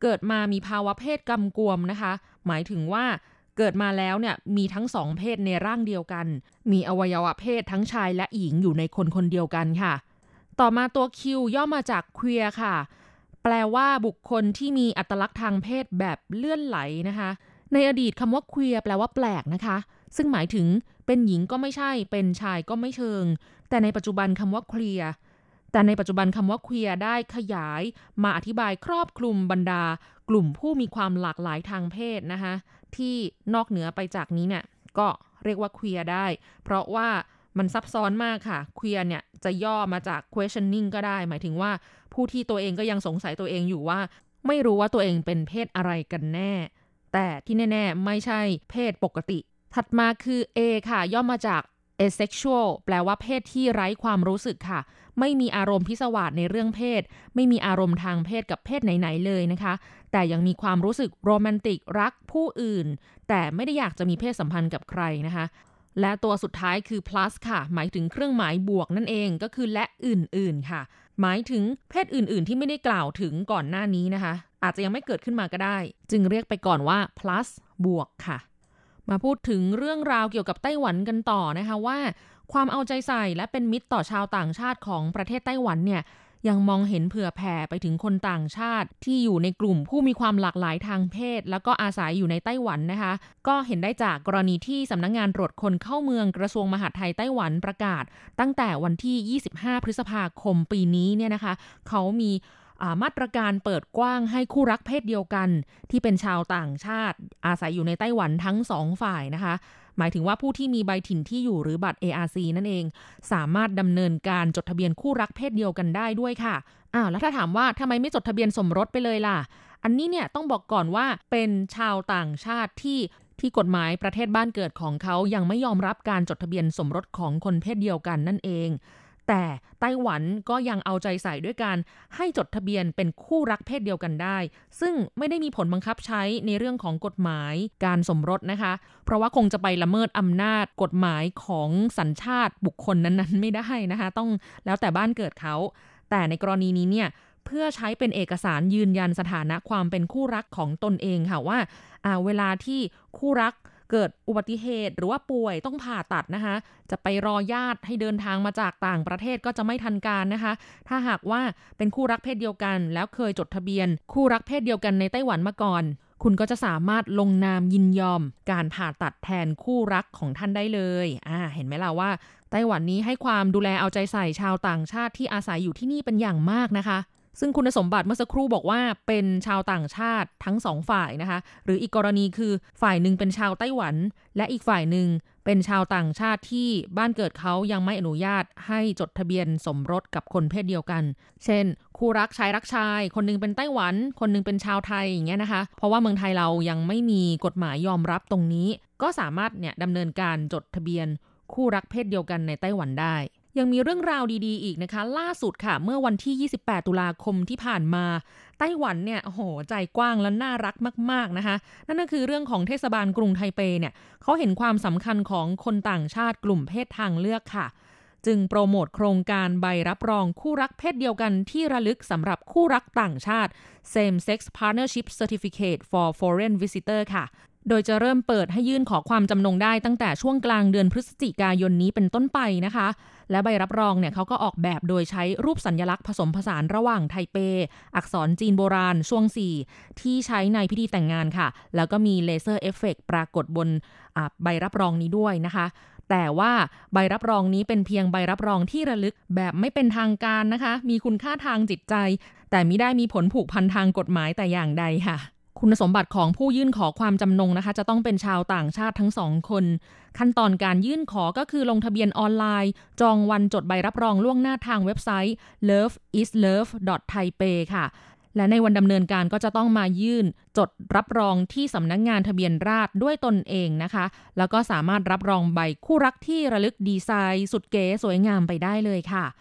เกิดมามีภาวะเพศกำกวมนะคะหมายถึงว่าเกิดมาแล้วเนี่ยมีทั้งสองเพศในร่างเดียวกันมีอวัยวะเพศทั้งชายและหญิงอยู่ในคนคนเดียวกันค่ะต่อมาตัว Q ย่อมาจาก queer ค่ะแปลว่าบุคคลที่มีอัตลักษณ์ทางเพศแบบเลื่อนไหลนะคะในอดีตคำว่า queer แปลว่าแปลกนะคะซึ่งหมายถึงเป็นหญิงก็ไม่ใช่เป็นชายก็ไม่เชิงแต่ในปัจจุบันคำว่า queer แต่ในปัจจุบันคำว่า queer ได้ขยายมาอธิบายครอบคลุมบรรดากลุ่มผู้มีความหลากหลายทางเพศนะคะที่นอกเหนือไปจากนี้เนี่ยก็เรียกว่า queer ได้เพราะว่ามันซับซ้อนมากค่ะ queer เนี่ยจะย่อมาจาก questioning ก็ได้หมายถึงว่าผู้ที่ตัวเองก็ยังสงสัยตัวเองอยู่ว่าไม่รู้ว่าตัวเองเป็นเพศอะไรกันแน่แต่ที่แน่ๆไม่ใช่เพศปกติถัดมาคือ A ค่ะย่อมาจาก asexual แปลว่าเพศที่ไร้ความรู้สึกค่ะไม่มีอารมณ์พิศวาสในเรื่องเพศไม่มีอารมณ์ทางเพศกับเพศไหนๆเลยนะคะแต่ยังมีความรู้สึกโรแมนติกรักผู้อื่นแต่ไม่ได้อยากจะมีเพศสัมพันธ์กับใครนะคะและตัวสุดท้ายคือ plus ค่ะหมายถึงเครื่องหมายบวกนั่นเองก็คือและอื่นๆค่ะหมายถึงเพศอื่นๆที่ไม่ได้กล่าวถึงก่อนหน้านี้นะคะอาจจะยังไม่เกิดขึ้นมาก็ได้จึงเรียกไปก่อนว่า plus บวกค่ะมาพูดถึงเรื่องราวเกี่ยวกับไต้หวันกันต่อนะคะว่าความเอาใจใส่และเป็นมิตรต่อชาวต่างชาติของประเทศไต้หวันเนี่ยยังมองเห็นเผื่อแผ่ไปถึงคนต่างชาติที่อยู่ในกลุ่มผู้มีความหลากหลายทางเพศแล้วก็อาศัยอยู่ในไต้หวันนะคะก็เห็นได้จากกรณีที่สำนักงานตรวจคนเข้าเมืองกระทรวงมหาดไทยไต้หวันประกาศตั้งแต่วันที่ยี่สิบห้าพฤษภาคมปีนี้เนี่ยนะคะเขามีมาตรการเปิดกว้างให้คู่รักเพศเดียวกันที่เป็นชาวต่างชาติอาศัยอยู่ในไต้หวันทั้งสองฝ่ายนะคะหมายถึงว่าผู้ที่มีใบถิ่นที่อยู่หรือบัตร เอ อาร์ ซี นั่นเองสามารถดำเนินการจดทะเบียนคู่รักเพศเดียวกันได้ด้วยค่ะอ้าวแล้วถ้าถามว่าทำไมไม่จดทะเบียนสมรสไปเลยล่ะอันนี้เนี่ยต้องบอกก่อนว่าเป็นชาวต่างชาติที่ที่กฎหมายประเทศบ้านเกิดของเขายังไม่ยอมรับการจดทะเบียนสมรสของคนเพศเดียวกันนั่นเองแต่ไต้หวันก็ยังเอาใจใส่ด้วยการให้จดทะเบียนเป็นคู่รักเพศเดียวกันได้ซึ่งไม่ได้มีผลบังคับใช้ในเรื่องของกฎหมายการสมรสนะคะเพราะว่าคงจะไปละเมิดอำนาจกฎหมายของสัญชาติบุคคลนั้นๆไม่ได้นะคะต้องแล้วแต่บ้านเกิดเขาแต่ในกรณีนี้เนี่ยเพื่อใช้เป็นเอกสารยืนยันสถานะความเป็นคู่รักของตนเองค่ะว่าอ่าเวลาที่คู่รักเกิดอุบัติเหตุหรือว่าป่วยต้องผ่าตัดนะคะจะไปรอญาติให้เดินทางมาจากต่างประเทศก็จะไม่ทันการนะคะถ้าหากว่าเป็นคู่รักเพศเดียวกันแล้วเคยจดทะเบียนคู่รักเพศเดียวกันในไต้หวันมาก่อนคุณก็จะสามารถลงนามยินยอมการผ่าตัดแทนคู่รักของท่านได้เลยอ่าเห็นไหมล่ะว่าไต้หวันนี้ให้ความดูแลเอาใจใส่ชาวต่างชาติที่อาศัยอยู่ที่นี่เป็นอย่างมากนะคะซึ่งคุณสมบัติเมื่อสักครู่บอกว่าเป็นชาวต่างชาติทั้งสองฝ่ายนะคะหรืออีกกรณีคือฝ่ายหนึ่งเป็นชาวไต้หวันและอีกฝ่ายหนึ่งเป็นชาวต่างชาติที่บ้านเกิดเขายังไม่อนุญาตให้จดทะเบียนสมรสกับคนเพศเดียวกันเช่นคู่รักชายรักชายคนนึงเป็นไต้หวันคนนึงเป็นชาวไทยอย่างเงี้ยนะคะเพราะว่าเมืองไทยเรายังไม่มีกฎหมายยอมรับตรงนี้ก็สามารถเนี่ยดำเนินการจดทะเบียนคู่รักเพศเดียวกันในไต้หวันได้ยังมีเรื่องราวดีๆอีกนะคะล่าสุดค่ะเมื่อวันที่ยี่สิบแปดตุลาคมที่ผ่านมาไต้หวันเนี่ยโอ้โหใจกว้างและน่ารักมากๆนะคะนั่นก็คือเรื่องของเทศบาลกรุงไทเปเนี่ยเขาเห็นความสำคัญของคนต่างชาติกลุ่มเพศทางเลือกค่ะจึงโปรโมทโครงการใบรับรองคู่รักเพศเดียวกันที่ระลึกสำหรับคู่รักต่างชาติ Same Sex Partnership Certificate for Foreign Visitor ค่ะโดยจะเริ่มเปิดให้ยื่นขอความจำนงได้ตั้งแต่ช่วงกลางเดือนพฤศจิกายนนี้เป็นต้นไปนะคะและใบรับรองเนี่ยเขาก็ออกแบบโดยใช้รูปสัญลักษณ์ผสมผสานระหว่างไทเปอักษรจีนโบราณช่วงสี่ที่ใช้ในพิธีแต่งงานค่ะแล้วก็มีเลเซอร์เอฟเฟกต์ปรากฏบนใบรับรองนี้ด้วยนะคะแต่ว่าใบรับรองนี้เป็นเพียงใบรับรองที่ระลึกแบบไม่เป็นทางการนะคะมีคุณค่าทางจิตใจแต่มิได้มีผลผูกพันทางกฎหมายแต่อย่างใดค่ะคุณสมบัติของผู้ยื่นขอความจำนงนะคะจะต้องเป็นชาวต่างชาติทั้งสองคนขั้นตอนการยื่นขอก็คือลงทะเบียนออนไลน์จองวันจดใบรับรองล่วงหน้าทางเว็บไซต์ เลิฟ อีส เลิฟ ดอท ไทเป ค่ะและในวันดำเนินการก็จะต้องมายื่นจดรับรองที่สำนักงานทะเบียนราษฎร์ด้วยตนเองนะคะแล้วก็สามารถรับรองใบคู่รักที่ระลึกดีไซน์สุดเก๋สวยงามไปได้เลยค่ะ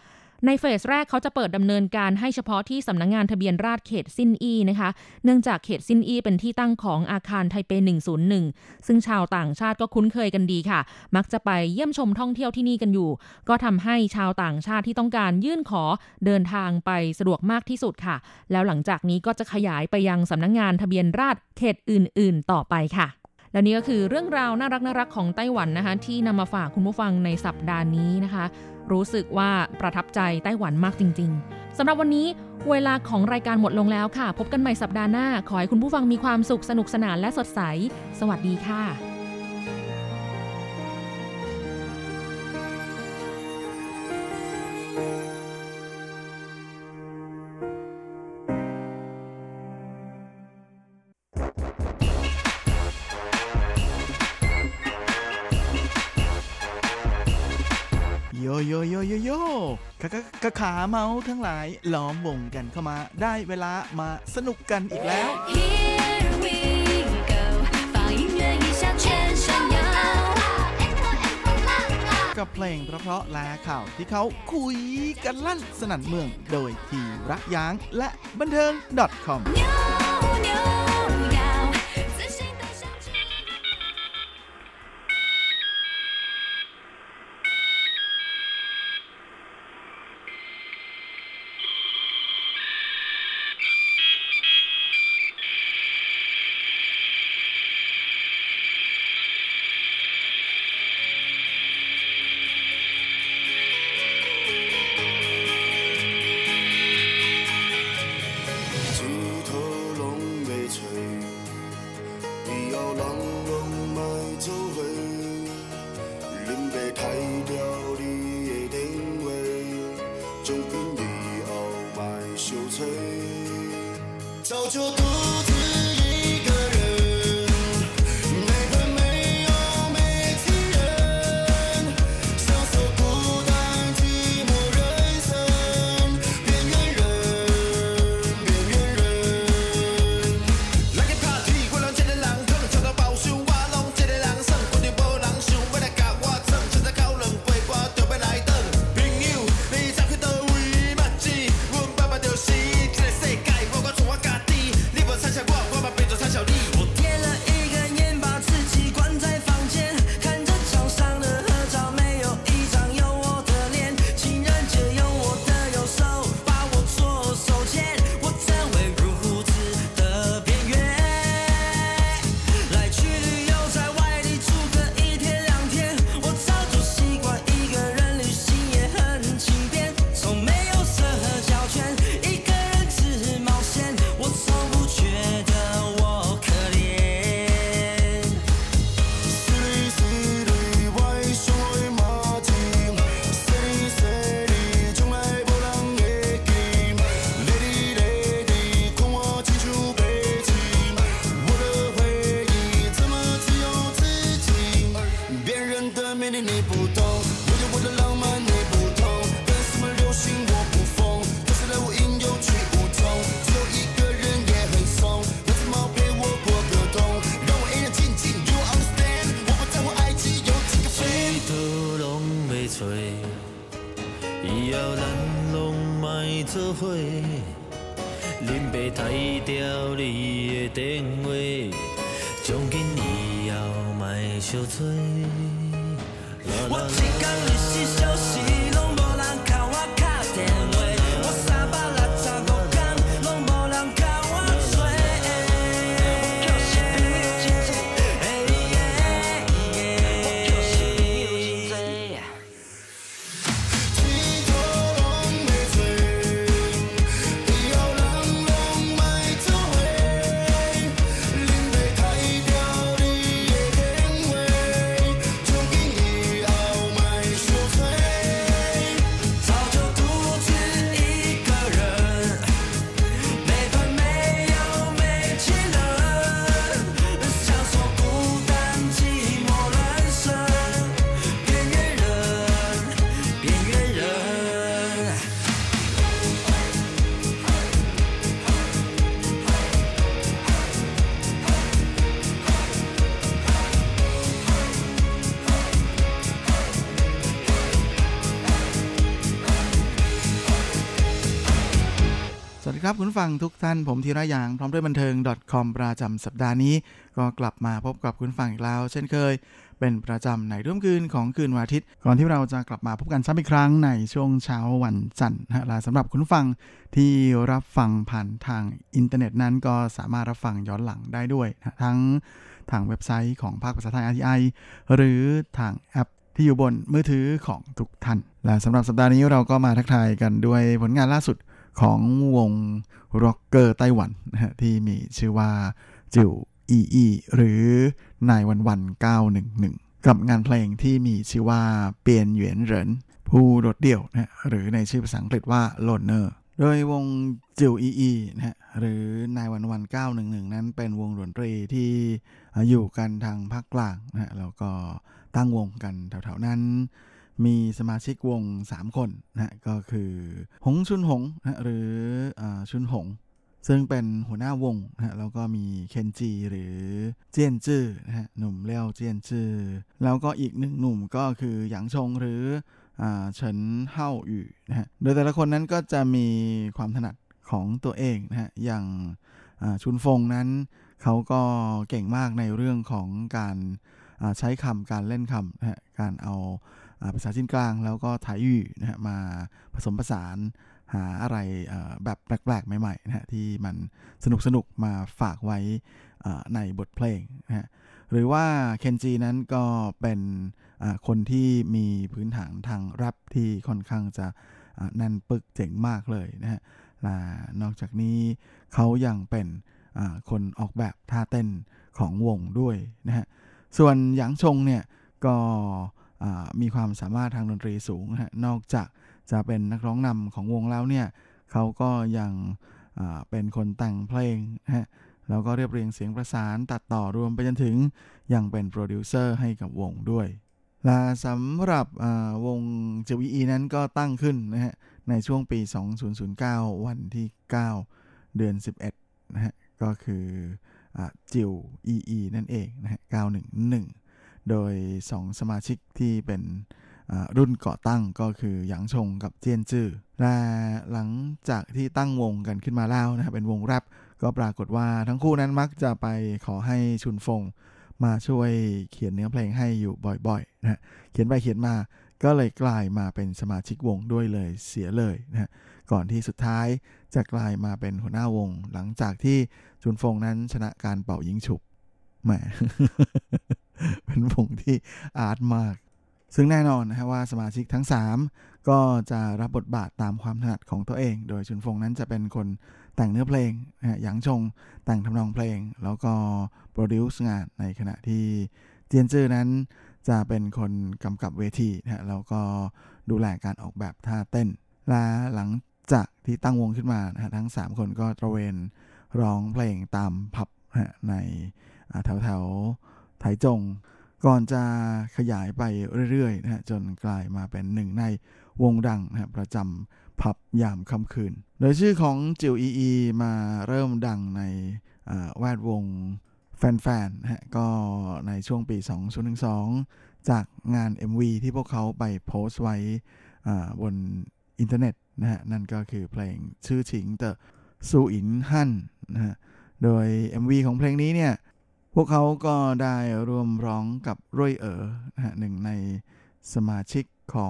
ในเฟสแรกเขาจะเปิดดำเนินการให้เฉพาะที่สำนักงานทะเบียนราษฎร์เขตซินอี้นะคะเนื่องจากเขตซินอี้เป็นที่ตั้งของอาคารไทเปหนึ่งศูนย์หนึ่งซึ่งชาวต่างชาติก็คุ้นเคยกันดีค่ะมักจะไปเยี่ยมชมท่องเที่ยวที่นี่กันอยู่ก็ทำให้ชาวต่างชาติที่ต้องการยื่นขอเดินทางไปสะดวกมากที่สุดค่ะแล้วหลังจากนี้ก็จะขยายไปยังสำนักงานทะเบียนราษฎร์เขตอื่นๆต่อไปค่ะและนี่ก็คือเรื่องราวน่ารักน่ารักของไต้หวันนะคะที่นำมาฝากคุณผู้ฟังในสัปดาห์นี้นะคะรู้สึกว่าประทับใจไต้หวันมากจริงๆสำหรับวันนี้เวลาของรายการหมดลงแล้วค่ะพบกันใหม่สัปดาห์หน้าขอให้คุณผู้ฟังมีความสุขสนุกสนานและสดใสสวัสดีค่ะโยโยโยโยโยขาขาขาเมาทั้งหลายล้อมวงกันเข้ามาได้เวลามาสนุกกันอีกแล้วกับเพลงเพราะๆและข่าวที่เขาคุยกันลั่นสนั่นเมืองโดยทีรักยางและบันเทิง .com Hãy subscribe cho kênh Ghiền Mì Gõ để không bỏ lỡ ครับคุณฟังทุกท่านผมธีระยางพร้อมด้วยบันเทิง .com ประจำสัปดาห์นี้ก็กลับมาพบกับคุณฟังอีกแล้วเช่นเคยเป็นประจำในรุ่มคืนของคืนวันอาทิตย์ก่อนที่เราจะกลับมาพบกันซ้ำอีกครั้งในช่วงเช้าวันจันทร์นะและสำหรับคุณฟังที่รับฟังผ่านทางอินเทอร์เน็ตนั้นก็สามารถรับฟังย้อนหลังได้ด้วยนะทั้งทางเว็บไซต์ของภาคภาษาไทย อาร์ ที ไอ หรือทางแอปที่อยู่บนมือถือของทุกท่านและสำหรับสัปดาห์นี้เราก็มาทักทายกันด้วยผลงานล่าสุดของวงร็อกเกอร์ไต้หวันนะฮะที่มีชื่อว่าจิวอีอีหรือนายวันวันเก้าหนึ่งหนึ่งกับงานเพลงที่มีชื่อว่าเปียนเหวียนเหรินผู้โดดเดี่ยวนะหรือในชื่อภาษาอังกฤษว่าโลนเนอร์โดยวงจิวอีอีนะฮะหรือนายวันวันเก้าหนึ่งหนึ่งนั้นเป็นวงดนตรีที่อยู่กันทางภาคกลางนะฮะแล้วก็ตั้งวงกันแถวๆนั้นมีสมาชิกวงสามคนนะก็คือหงชุนหงนะหรืออ่าชุนหงซึ่งเป็นหัวหน้าวงนะแล้วก็มีเคนจีหรือเจียนจื้อนะฮะหนุ่มเลี้ยวเจียนจื้อแล้วก็อีกหนึ่งหนุ่มก็คือหยางชงหรืออ่าเฉินเฮาหยู่นะฮะโดยแต่ละคนนั้นก็จะมีความถนัดของตัวเองนะฮะอย่างอ่าชุนฟงนั้นเขาก็เก่งมากในเรื่องของการใช้คำการเล่นคำนะฮะการเอาภาษาจีนกลางแล้วก็ไทยยู่นะฮะมาผสมผสานหาอะไรแบบแปลกๆใหม่ๆนะฮะที่มันสนุกสนุกมาฝากไว้ในบทเพลงนะฮะหรือว่าเคนจีนั้นก็เป็นคนที่มีพื้นฐานทางแรปที่ค่อนข้างจะแน่นปึกเจ๋งมากเลยนะฮะนอกจากนี้เขายังเป็นคนออกแบบท่าเต้นของวงด้วยนะฮะส่วนหยางชงเนี่ยก็มีความสามารถทางดนตรีสูงนะฮะนอกจากจะเป็นนักร้องนำของวงแล้วเนี่ยเขาก็ยังเป็นคนแต่งเพลงนะฮะแล้วก็เรียบเรียงเสียงประสานตัดต่อรวมไปจนถึงยังเป็นโปรดิวเซอร์ให้กับวงด้วยและสำหรับวงจิวอีนั้นก็ตั้งขึ้นนะฮะในช่วงปีสองพันเก้าวันที่เก้าเดือนสิบเอ็ดนะฮะก็คือจิวอีอีนั่นเองนะฮะเก้าหนึ่งหนึ่งโดยสองสมาชิกที่เป็นรุ่นก่อตั้งก็คือหยางชงกับเจียนจื้อและหลังจากที่ตั้งวงกันขึ้นมาแล้วนะเป็นวงแรปก็ปรากฏว่าทั้งคู่นั้นมักจะไปขอให้ชุนฟงมาช่วยเขียนเนื้อเพลงให้อยู่บ่อยๆนะเขียนไปเขียนมาก็เลยกลายมาเป็นสมาชิกวงด้วยเลยเสียเลยนะก่อนที่สุดท้ายจะกลายมาเป็นหัวหน้าวงหลังจากที่ชุนฟงนั้นชนะการเป่ายิงฉุบแหม เป็นวงที่อาร์ตมากซึ่งแน่นอนนะฮะว่าสมาชิกทั้งสามก็จะรับบทบาทตามความถนัดของตัวเองโดยชุนฟงนั้นจะเป็นคนแต่งเนื้อเพลงนะฮะหยางชงแต่งทำนองเพลงแล้วก็โปรดิวซ์งานในขณะที่เจียนจื้อนั้นจะเป็นคนกำกับเวทีนะฮะแล้วก็ดูแลการออกแบบท่าเต้นและหลังจากที่ตั้งวงขึ้นมานะฮะทั้งสามคนก็ตระเวนร้องเพลงตามผับนะฮะในแถวๆไถจงก่อนจะขยายไปเรื่อยๆนะฮะจนกลายมาเป็นหนึ่งในวงดังนะฮะประจำผับยามค่ำคืนโดยชื่อของจิวอีอีมาเริ่มดังในแวดวงแฟนๆนะฮะก็ในช่วงปีสองพันสิบสองจากงาน เอ็ม วี ที่พวกเขาไปโพสต์ไว้บนอินเทอร์เน็ตนะฮะนั่นก็คือเพลงชื่อฉิงเตอซูอินฮั่นนะฮะโดย เอ็ม วี ของเพลงนี้เนี่ยพวกเขาก็ได้ร่วมร้องกับรุ่ยเอ๋อนะฮะหนึ่งในสมาชิกของ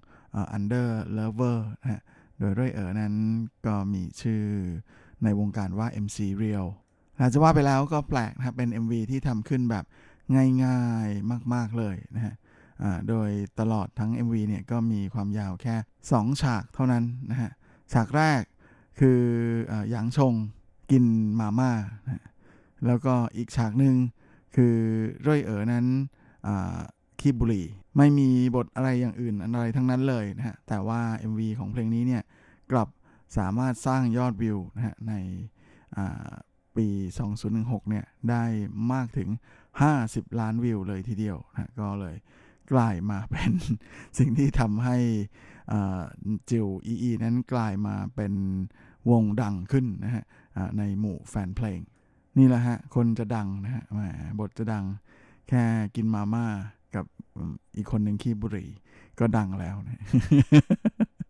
Under Lover นะฮะโดยรุ่ยเอ๋อนั้นก็มีชื่อในวงการว่า เอ็ม ซี Real อาจจะว่าไปแล้วก็แปลกนะครับเป็น เอ็ม วี ที่ทำขึ้นแบบง่ายๆมากๆเลยนะฮะโดยตลอดทั้ง เอ็ม วี เนี่ยก็มีความยาวแค่สองฉากเท่านั้นนะฮะฉากแรกคือหยางชงกินมาม่านะแล้วก็อีกฉากหนึ่งคือรุ่ยเอ๋อนั้นคีบบุหรี่ไม่มีบทอะไรอย่างอื่นอะไรทั้งนั้นเลยนะฮะแต่ว่า เอ็ม วี ของเพลงนี้เนี่ยกลับสามารถสร้างยอดวิวนะฮะในปีสองพันสิบหกเนี่ยได้มากถึงห้าสิบล้านวิวเลยทีเดียวนะก็เลยกลายมาเป็นสิ่งที่ทำให้จิวอีอีนั้นกลายมาเป็นวงดังขึ้นนะฮะในหมู่แฟนเพลงนี่แหละฮะคนจะดังนะฮะบทจะดังแค่กินมาม่ากับอีกคนหนึ่งขี้บุหรี่ก็ดังแล้วนะ น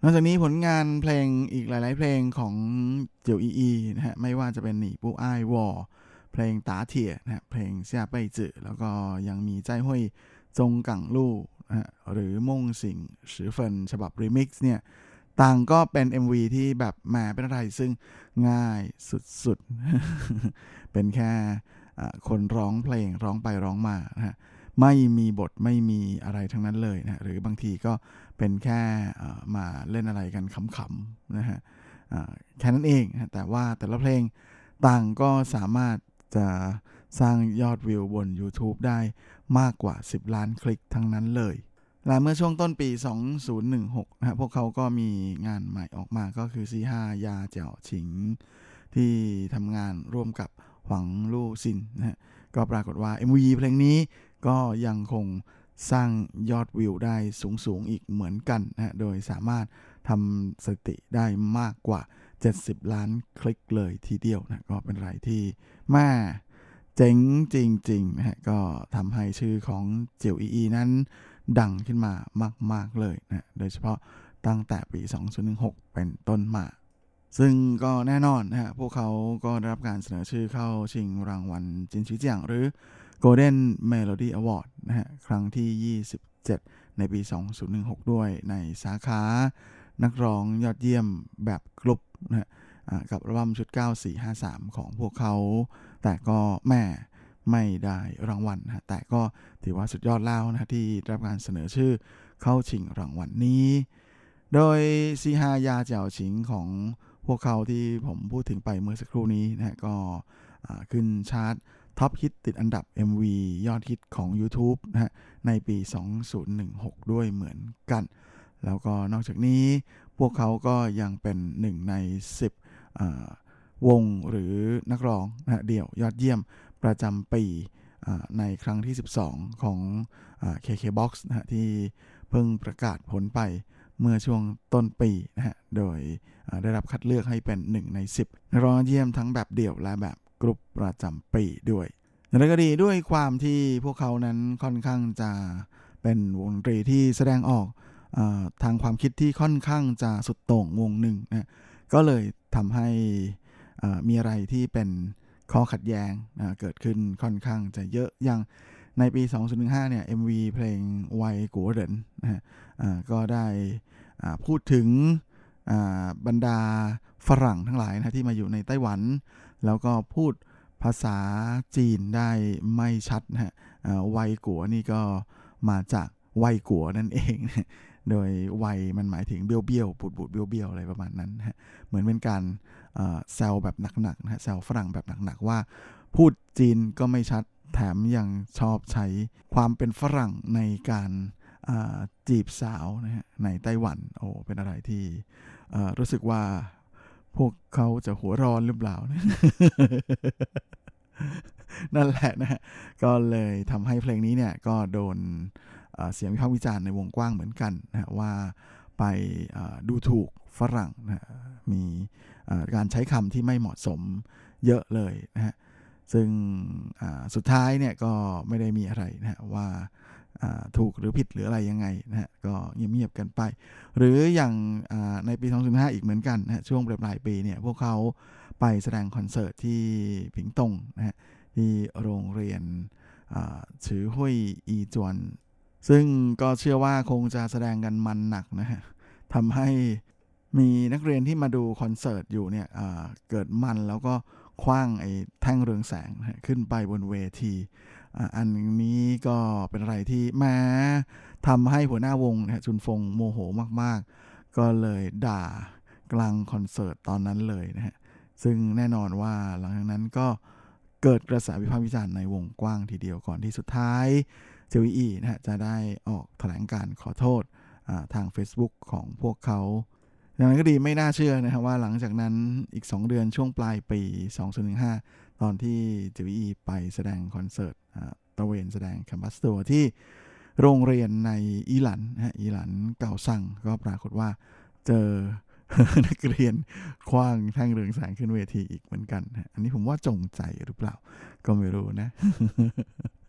อกจากนี้ผลงานเพลงอีกหลายๆเพลงของเจียวอีอีนะฮะไม่ว่าจะเป็นหนีปูอ้ายวอเพลงตาเถี่ยนะฮะเพลงเสี่ยไปจื่อแล้วก็ยังมีใจห้วยจงกังลู่นะฮะหรือม่งสิงสือเฟินฉบับรีมิกซ์เนี่ยต่างก็เป็น เอ็ม วี ที่แบบแหมเป็นอะไรซึ่งง่ายสุดๆ เป็นแค่คนร้องเพลงร้องไปร้องมานะฮะไม่มีบทไม่มีอะไรทั้งนั้นเลยนะหรือบางทีก็เป็นแค่มาเล่นอะไรกันขำๆนะฮะแค่นั้นเองนะแต่ว่าแต่ละเพลงต่างก็สามารถจะสร้างยอดวิวบน YouTube ได้มากกว่าสิบล้านคลิกทั้งนั้นเลยและเมื่อช่วงต้นปีสองพันสิบหกนะฮะพวกเขาก็มีงานใหม่ออกมาก็คือซีห้ายาเจ๋อฉิงที่ทำงานร่วมกับหวังลู่ซินนะฮะก็ปรากฏว่า เอ็ม วี เพลงนี้ก็ยังคงสร้างยอดวิวได้สูงๆอีกเหมือนกันนะฮะโดยสามารถทำสถิติได้มากกว่าเจ็ดสิบล้านคลิกเลยทีเดียวนะก็เป็นอะไรที่แม่เจ๋งจริงๆนะฮะก็ทำให้ชื่อของเจียวอีอีนั้นดังขึ้นมามากๆเลยนะโดยเฉพาะตั้งแต่ปีสองพันสิบหกเป็นต้นมาซึ่งก็แน่นอนนะฮะพวกเขาก็ได้รับการเสนอชื่อเข้าชิงรางวัลจินชิเจียงหรือ Golden Melody Award นะฮะครั้งที่ยี่สิบเจ็ดในปีสองพันสิบหกด้วยในสาขานักร้องยอดเยี่ยมแบบกรุ๊ปนะฮะกับอัลบั้มชุดเก้าสี่ห้าสามของพวกเขาแต่ก็แม่ไม่ได้รางวัลนะแต่ก็ถือว่าสุดยอดแล้วนะที่ได้รับการเสนอชื่อเข้าชิงรางวัล น, นี้โดยซีฮายาเจ๋อฉิงของพวกเขาที่ผมพูดถึงไปเมื่อสักครู่นี้นะก็ขึ้นชาร์ตท็อปฮิตติดอันดับ เอ็ม วี ยอดฮิตของ YouTube นะฮะในปีสองพันสิบหกด้วยเหมือนกันแล้วก็นอกจากนี้พวกเขาก็ยังเป็นหนึ่งในสิบวงหรือนักร้องนะฮะเดี่ยวยอดเยี่ยมประจำปีในครั้งที่สิบสองของ เค เค Box นะฮะที่เพิ่งประกาศผลไปเมื่อช่วงต้นปีนะฮะโดยได้รับคัดเลือกให้เป็นหนึ่งในสิบนักร้องเยี่ยมทั้งแบบเดี่ยวและแบบกรุ๊ปประจำปีด้วยอย่างไรก็ดีด้วยความที่พวกเขานั้นค่อนข้างจะเป็นวงดนตรีที่แสดงออกทางความคิดที่ค่อนข้างจะสุดโต่งวงหนึ่งนะก็เลยทำให้มีอะไรที่เป็นข้อขัดแย้งเกิดขึ้นค่อนข้างจะเยอะอย่างในปีสองพันสิบห้าเนี่ย เอ็ม วี เพลงไวกัวเหรินนะฮะก็ได้พูดถึงบรรดาฝรั่งทั้งหลายนะที่มาอยู่ในไต้หวันแล้วก็พูดภาษาจีนได้ไม่ชัดนะฮะไวกัวนี่ก็มาจากไวกัวนั่นเองโดยไวมันหมายถึงเบี้ยวเบี้ยวปูดปูดเบี้ยวเบี้ยวอะไรประมาณนั้นฮะเหมือนเป็นการแซวแบบหนักๆนะฮะแซวฝรั่งแบบหนักๆว่าพูดจีนก็ไม่ชัดแถมยังชอบใช้ความเป็นฝรั่งในการจีบสาวนะฮะในไต้หวันโอ้เป็นอะไรที่รู้สึกว่าพวกเขาจะหัวร้อนหรือเปล่า นั่นแหละนะฮะก็เลยทำให้เพลงนี้เนี่ยก็โดนเสียงวิพากษ์วิจารณ์ในวงกว้างเหมือนกันนะว่าไปดูถูกฝรั่งนะมีการใช้คำที่ไม่เหมาะสมเยอะเลยนะฮะซึ่งสุดท้ายเนี่ยก็ไม่ได้มีอะไรนะว่าถูกหรือผิดหรืออะไรยังไงนะฮะก็เงียบๆกันไปหรืออย่างในปีสองพันสิบห้าอีกเหมือนกันนะฮะช่วงปลายปีเนี่ยพวกเขาไปแสดงคอนเสิร์ตที่ผิงตงนะฮะที่โรงเรียนฉือห้วยอีจวนซึ่งก็เชื่อว่าคงจะแสดงกันมันหนักนะฮะทำให้มีนักเรียนที่มาดูคอนเสิร์ตอยู่เนี่ยเกิดมันแล้วก็คว้างไอ้แท่งเรืองแสงขึ้นไปบนเวทีอันนี้ก็เป็นอะไรที่แม้ทำให้หัวหน้าวงนะจุนฟงโมโหมากๆก็เลยด่ากลางคอนเสิร์ตตอนนั้นเลยนะฮะซึ่งแน่นอนว่าหลังจากนั้นก็เกิดกระแสวิพากษ์วิจารณ์ในวงกว้างทีเดียวก่อนที่สุดท้ายเจวีอีนะฮะจะได้ออกแถลงการขอโทษทาง Facebook ของพวกเขาอย่างไรก็ดีไม่น่าเชื่อนะครับว่าหลังจากนั้นอีกสองเดือนช่วงปลายปีสองพันสิบห้าตอนที่เจวีอีไปแสดงคอนเสิร์ตตะเวนแสดงแคมปัสทัวร์ที่โรงเรียนในอีหลันนะฮะอีหลันเก่าซังก็ปรากฏว่าเจอ นักเรียนคว้างแท่งเรืองแสงขึ้นเวทีอีกเหมือนกันอันนี้ผมว่าจงใจหรือเปล่าก็ไม่รู้นะ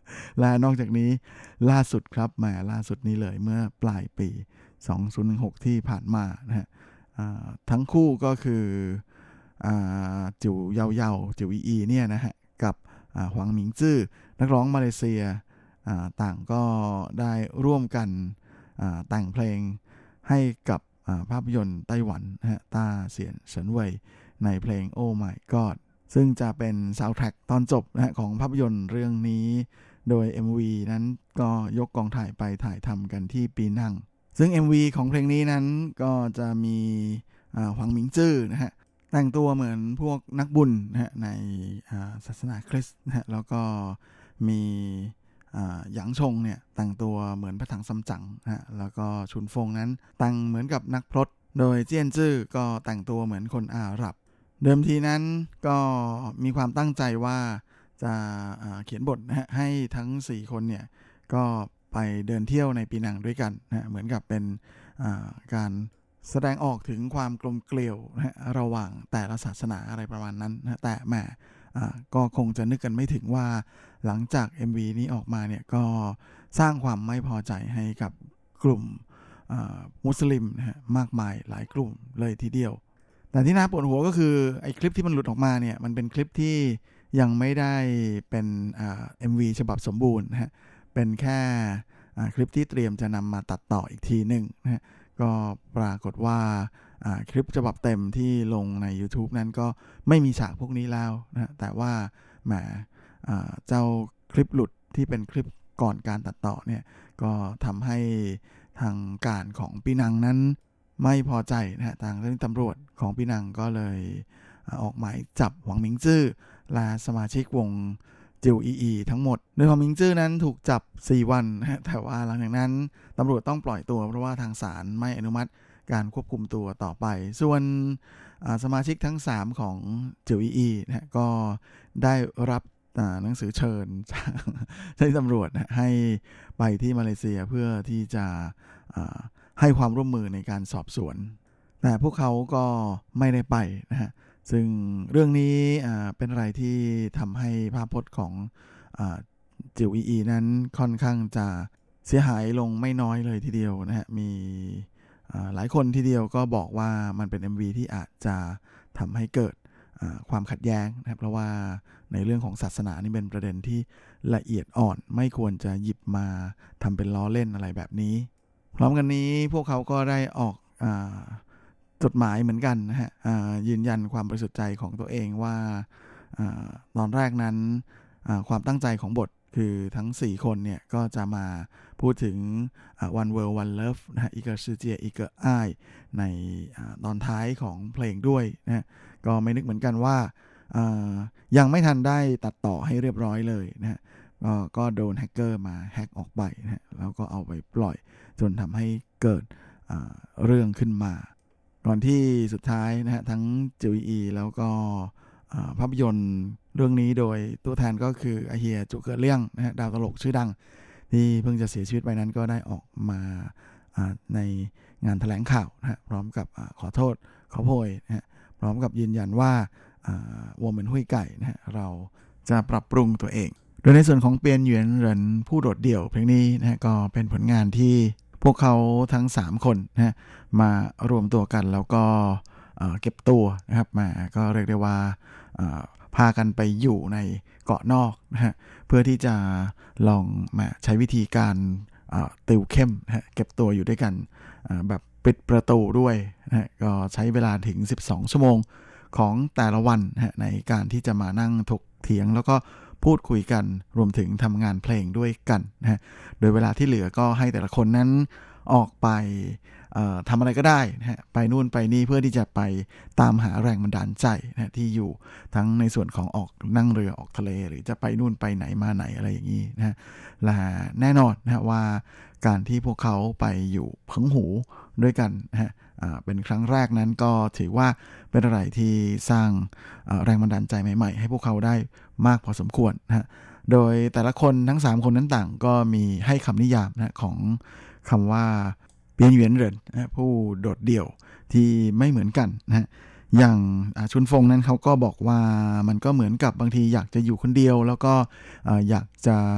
และนอกจากนี้ล่าสุดครับแหมล่าสุดนี้เลยเมื่อปลายปีสองพันสิบหกที่ผ่านมานะฮะทั้งคู่ก็คือจิ๋วเยาเยาจิ๋วอีอีเนี่ยนะฮะกับหวังหมิงจื้อนักร้องมาเลเซียต่างก็ได้ร่วมกันแต่งเพลงให้กับภาพยนตร์ไต้หวันนะฮะต้าเสียนเฉินเว่ยในเพลง Oh My God ซึ่งจะเป็นซาวด์แทร็กตอนจบนะฮะของภาพยนตร์เรื่องนี้โดย เอ็ม วี นั้นก็ยกกองถ่ายไปถ่ายทำกันที่ปีนังซึ่ง เอ็ม วี ของเพลงนี้นั้นก็จะมีหวังหมิงจื้อนะฮะแต่งตัวเหมือนพวกนักบุญนะฮะในศาสนาคริสต์นะฮะแล้วก็มีหยางชงเนี่ยแต่งตัวเหมือนพระถังซัมจั๋งนะฮะแล้วก็ชุนฟงนั้นแต่งเหมือนกับนักพรตโดยเจี้ยนจื้อก็แต่งตัวเหมือนคนอาหรับเดิมทีนั้นก็มีความตั้งใจว่าจะเขียนบทนะฮะให้ทั้งสี่คนเนี่ยก็ไปเดินเที่ยวในปีนังด้วยกันนะเหมือนกับเป็นการแสดงออกถึงความกลมเกลียวนะฮะระหว่างแต่ละศาสนาอะไรประมาณนั้นนะแต่แหมก็คงจะนึกกันไม่ถึงว่าหลังจาก เอ็ม วี นี้ออกมาเนี่ยก็สร้างความไม่พอใจให้กับกลุ่มมุสลิมนะฮะมากมายหลายกลุ่มเลยทีเดียวแต่ที่น่าปวดหัวก็คือไอ้คลิปที่มันหลุดออกมาเนี่ยมันเป็นคลิปที่ยังไม่ได้เป็นเอ็ม วี ฉบับสมบูรณ์นะฮะเป็นแค่คลิปที่เตรียมจะนำมาตัดต่ออีกทีหนึ่งนะฮะก็ปรากฏว่าคลิปฉบับเต็มที่ลงใน YouTube นั้นก็ไม่มีฉากพวกนี้แล้วนะแต่ว่าแหมเจ้าคลิปหลุดที่เป็นคลิปก่อนการตัดต่อเนี่ยก็ทำให้ทางการของปีนังนั้นไม่พอใจนะฮะทางเจ้าหน้าที่ตำรวจของปีนังก็เลยออกหมายจับหวังหมิงจื้อและสมาชิกวงจิวอีอีทั้งหมดโดยหวังหมิงจื้อนั้นถูกจับสี่วันนะฮะแต่ว่าหลังจากนั้นตำรวจต้องปล่อยตัวเพราะว่าทางศาลไม่อนุมัติการควบคุมตัวต่อไปส่วนสมาชิกทั้งสามของจิวอีอีนะฮะก็ได้รับหนังสือเชิญจากเจ้าหน้าที่ตำรวจนะให้ไปที่มาเลเซียเพื่อที่จะให้ความร่วมมือในการสอบสวนแต่พวกเขาก็ไม่ได้ไปนะฮะซึ่งเรื่องนี้เป็นอะไรที่ทำให้ภาพพจน์ของจิวอีอีนั้นค่อนข้างจะเสียหายลงไม่น้อยเลยทีเดียวนะฮะมีหลายคนทีเดียวก็บอกว่ามันเป็น เอ็ม วี ที่อาจจะทำให้เกิดความขัดแย้งนะครับเพราะว่าในเรื่องของศาสนานี่เป็นประเด็นที่ละเอียดอ่อนไม่ควรจะหยิบมาทำเป็นล้อเล่นอะไรแบบนี้พร้อมกันนี้พวกเขาก็ได้ออกจดหมายเหมือนกันนะฮะยืนยันความบริสุทธิ์ใจของตัวเองว่าตอนแรกนั้นความตั้งใจของบทคือทั้งสี่คนเนี่ยก็จะมาพูดถึง One World One Love นะฮะอีก个世界一个爱ในตอนท้ายของเพลงด้วยนะฮะก็ไม่นึกเหมือนกันว่ายังไม่ทันได้ตัดต่อให้เรียบร้อยเลยนะฮะก็ก็โดนแฮกเกอร์มาแฮกออกไปนะฮะแล้วก็เอาไปปล่อยจนทำให้เกิดเรื่องขึ้นมาก่อนที่สุดท้ายนะฮะทั้งจิวอีแล้วก็ภาพยนตร์เรื่องนี้โดยตัวแทนก็คืออาเฮียจุเกิดเลี่ยงนะฮะดาวตลกชื่อดังที่เพิ่งจะเสียชีวิตไปนั้นก็ได้ออกมาในงานแถลงข่าวนะฮะพร้อมกับขอโทษขอโพยนะฮะพร้อมกับยืนยันว่าวงเหมือนหุ้ยไก่นะฮะเราจะปรับปรุงตัวเองโดยในส่วนของเปียนหยวนเหรินผู้โดดเดี่ยวเพลงนี้นะฮะก็เป็นผลงานที่พวกเขาทั้งสามคนนะฮะมารวมตัวกันแล้วก็เก็บตัวนะครับมาก็เรียกได้ว่าพากันไปอยู่ในเกาะนอกนะฮะเพื่อที่จะลองมาใช้วิธีการติวเข้มนะฮะเก็บตัวอยู่ด้วยกันแบบปิดประตูด้วยนะฮะก็ใช้เวลาถึงสิบสองชั่วโมงของแต่ละวันนะฮะในการที่จะมานั่งถกเถียงแล้วก็พูดคุยกันรวมถึงทำงานเพลงด้วยกันนะฮะโดยเวลาที่เหลือก็ให้แต่ละคนนั้นออกไปทำอะไรก็ได้นะฮะไปนู่นไปนี่เพื่อที่จะไปตามหาแรงบันดาลใจนะที่อยู่ทั้งในส่วนของออกนั่งเรือออกทะเลหรือจะไปนู่นไปไหนมาไหนอะไรอย่างนี้นะฮะและแน่นอนนะฮะว่าการที่พวกเขาไปอยู่เพิงหูด้วยกันนะฮะเป็นครั้งแรกนั้นก็ถือว่าเป็นอะไรที่สร้างแรงบันดาลใจใหม่ๆให้พวกเขาได้มากพอสมควรนะฮะโดยแต่ละคนทั้งสามคนนั้นต่างก็มีให้คำนิยามนะของคำว่าเปียนหยวนเหรินนะผู้โดดเดี่ยวที่ไม่เหมือนกันนะฮะอย่างชุนฟงนั้นเขาก็บอกว่ามันก็เหมือนกับบางทีอยากจะอยู่คนเดียวแล้วก็อยากจะ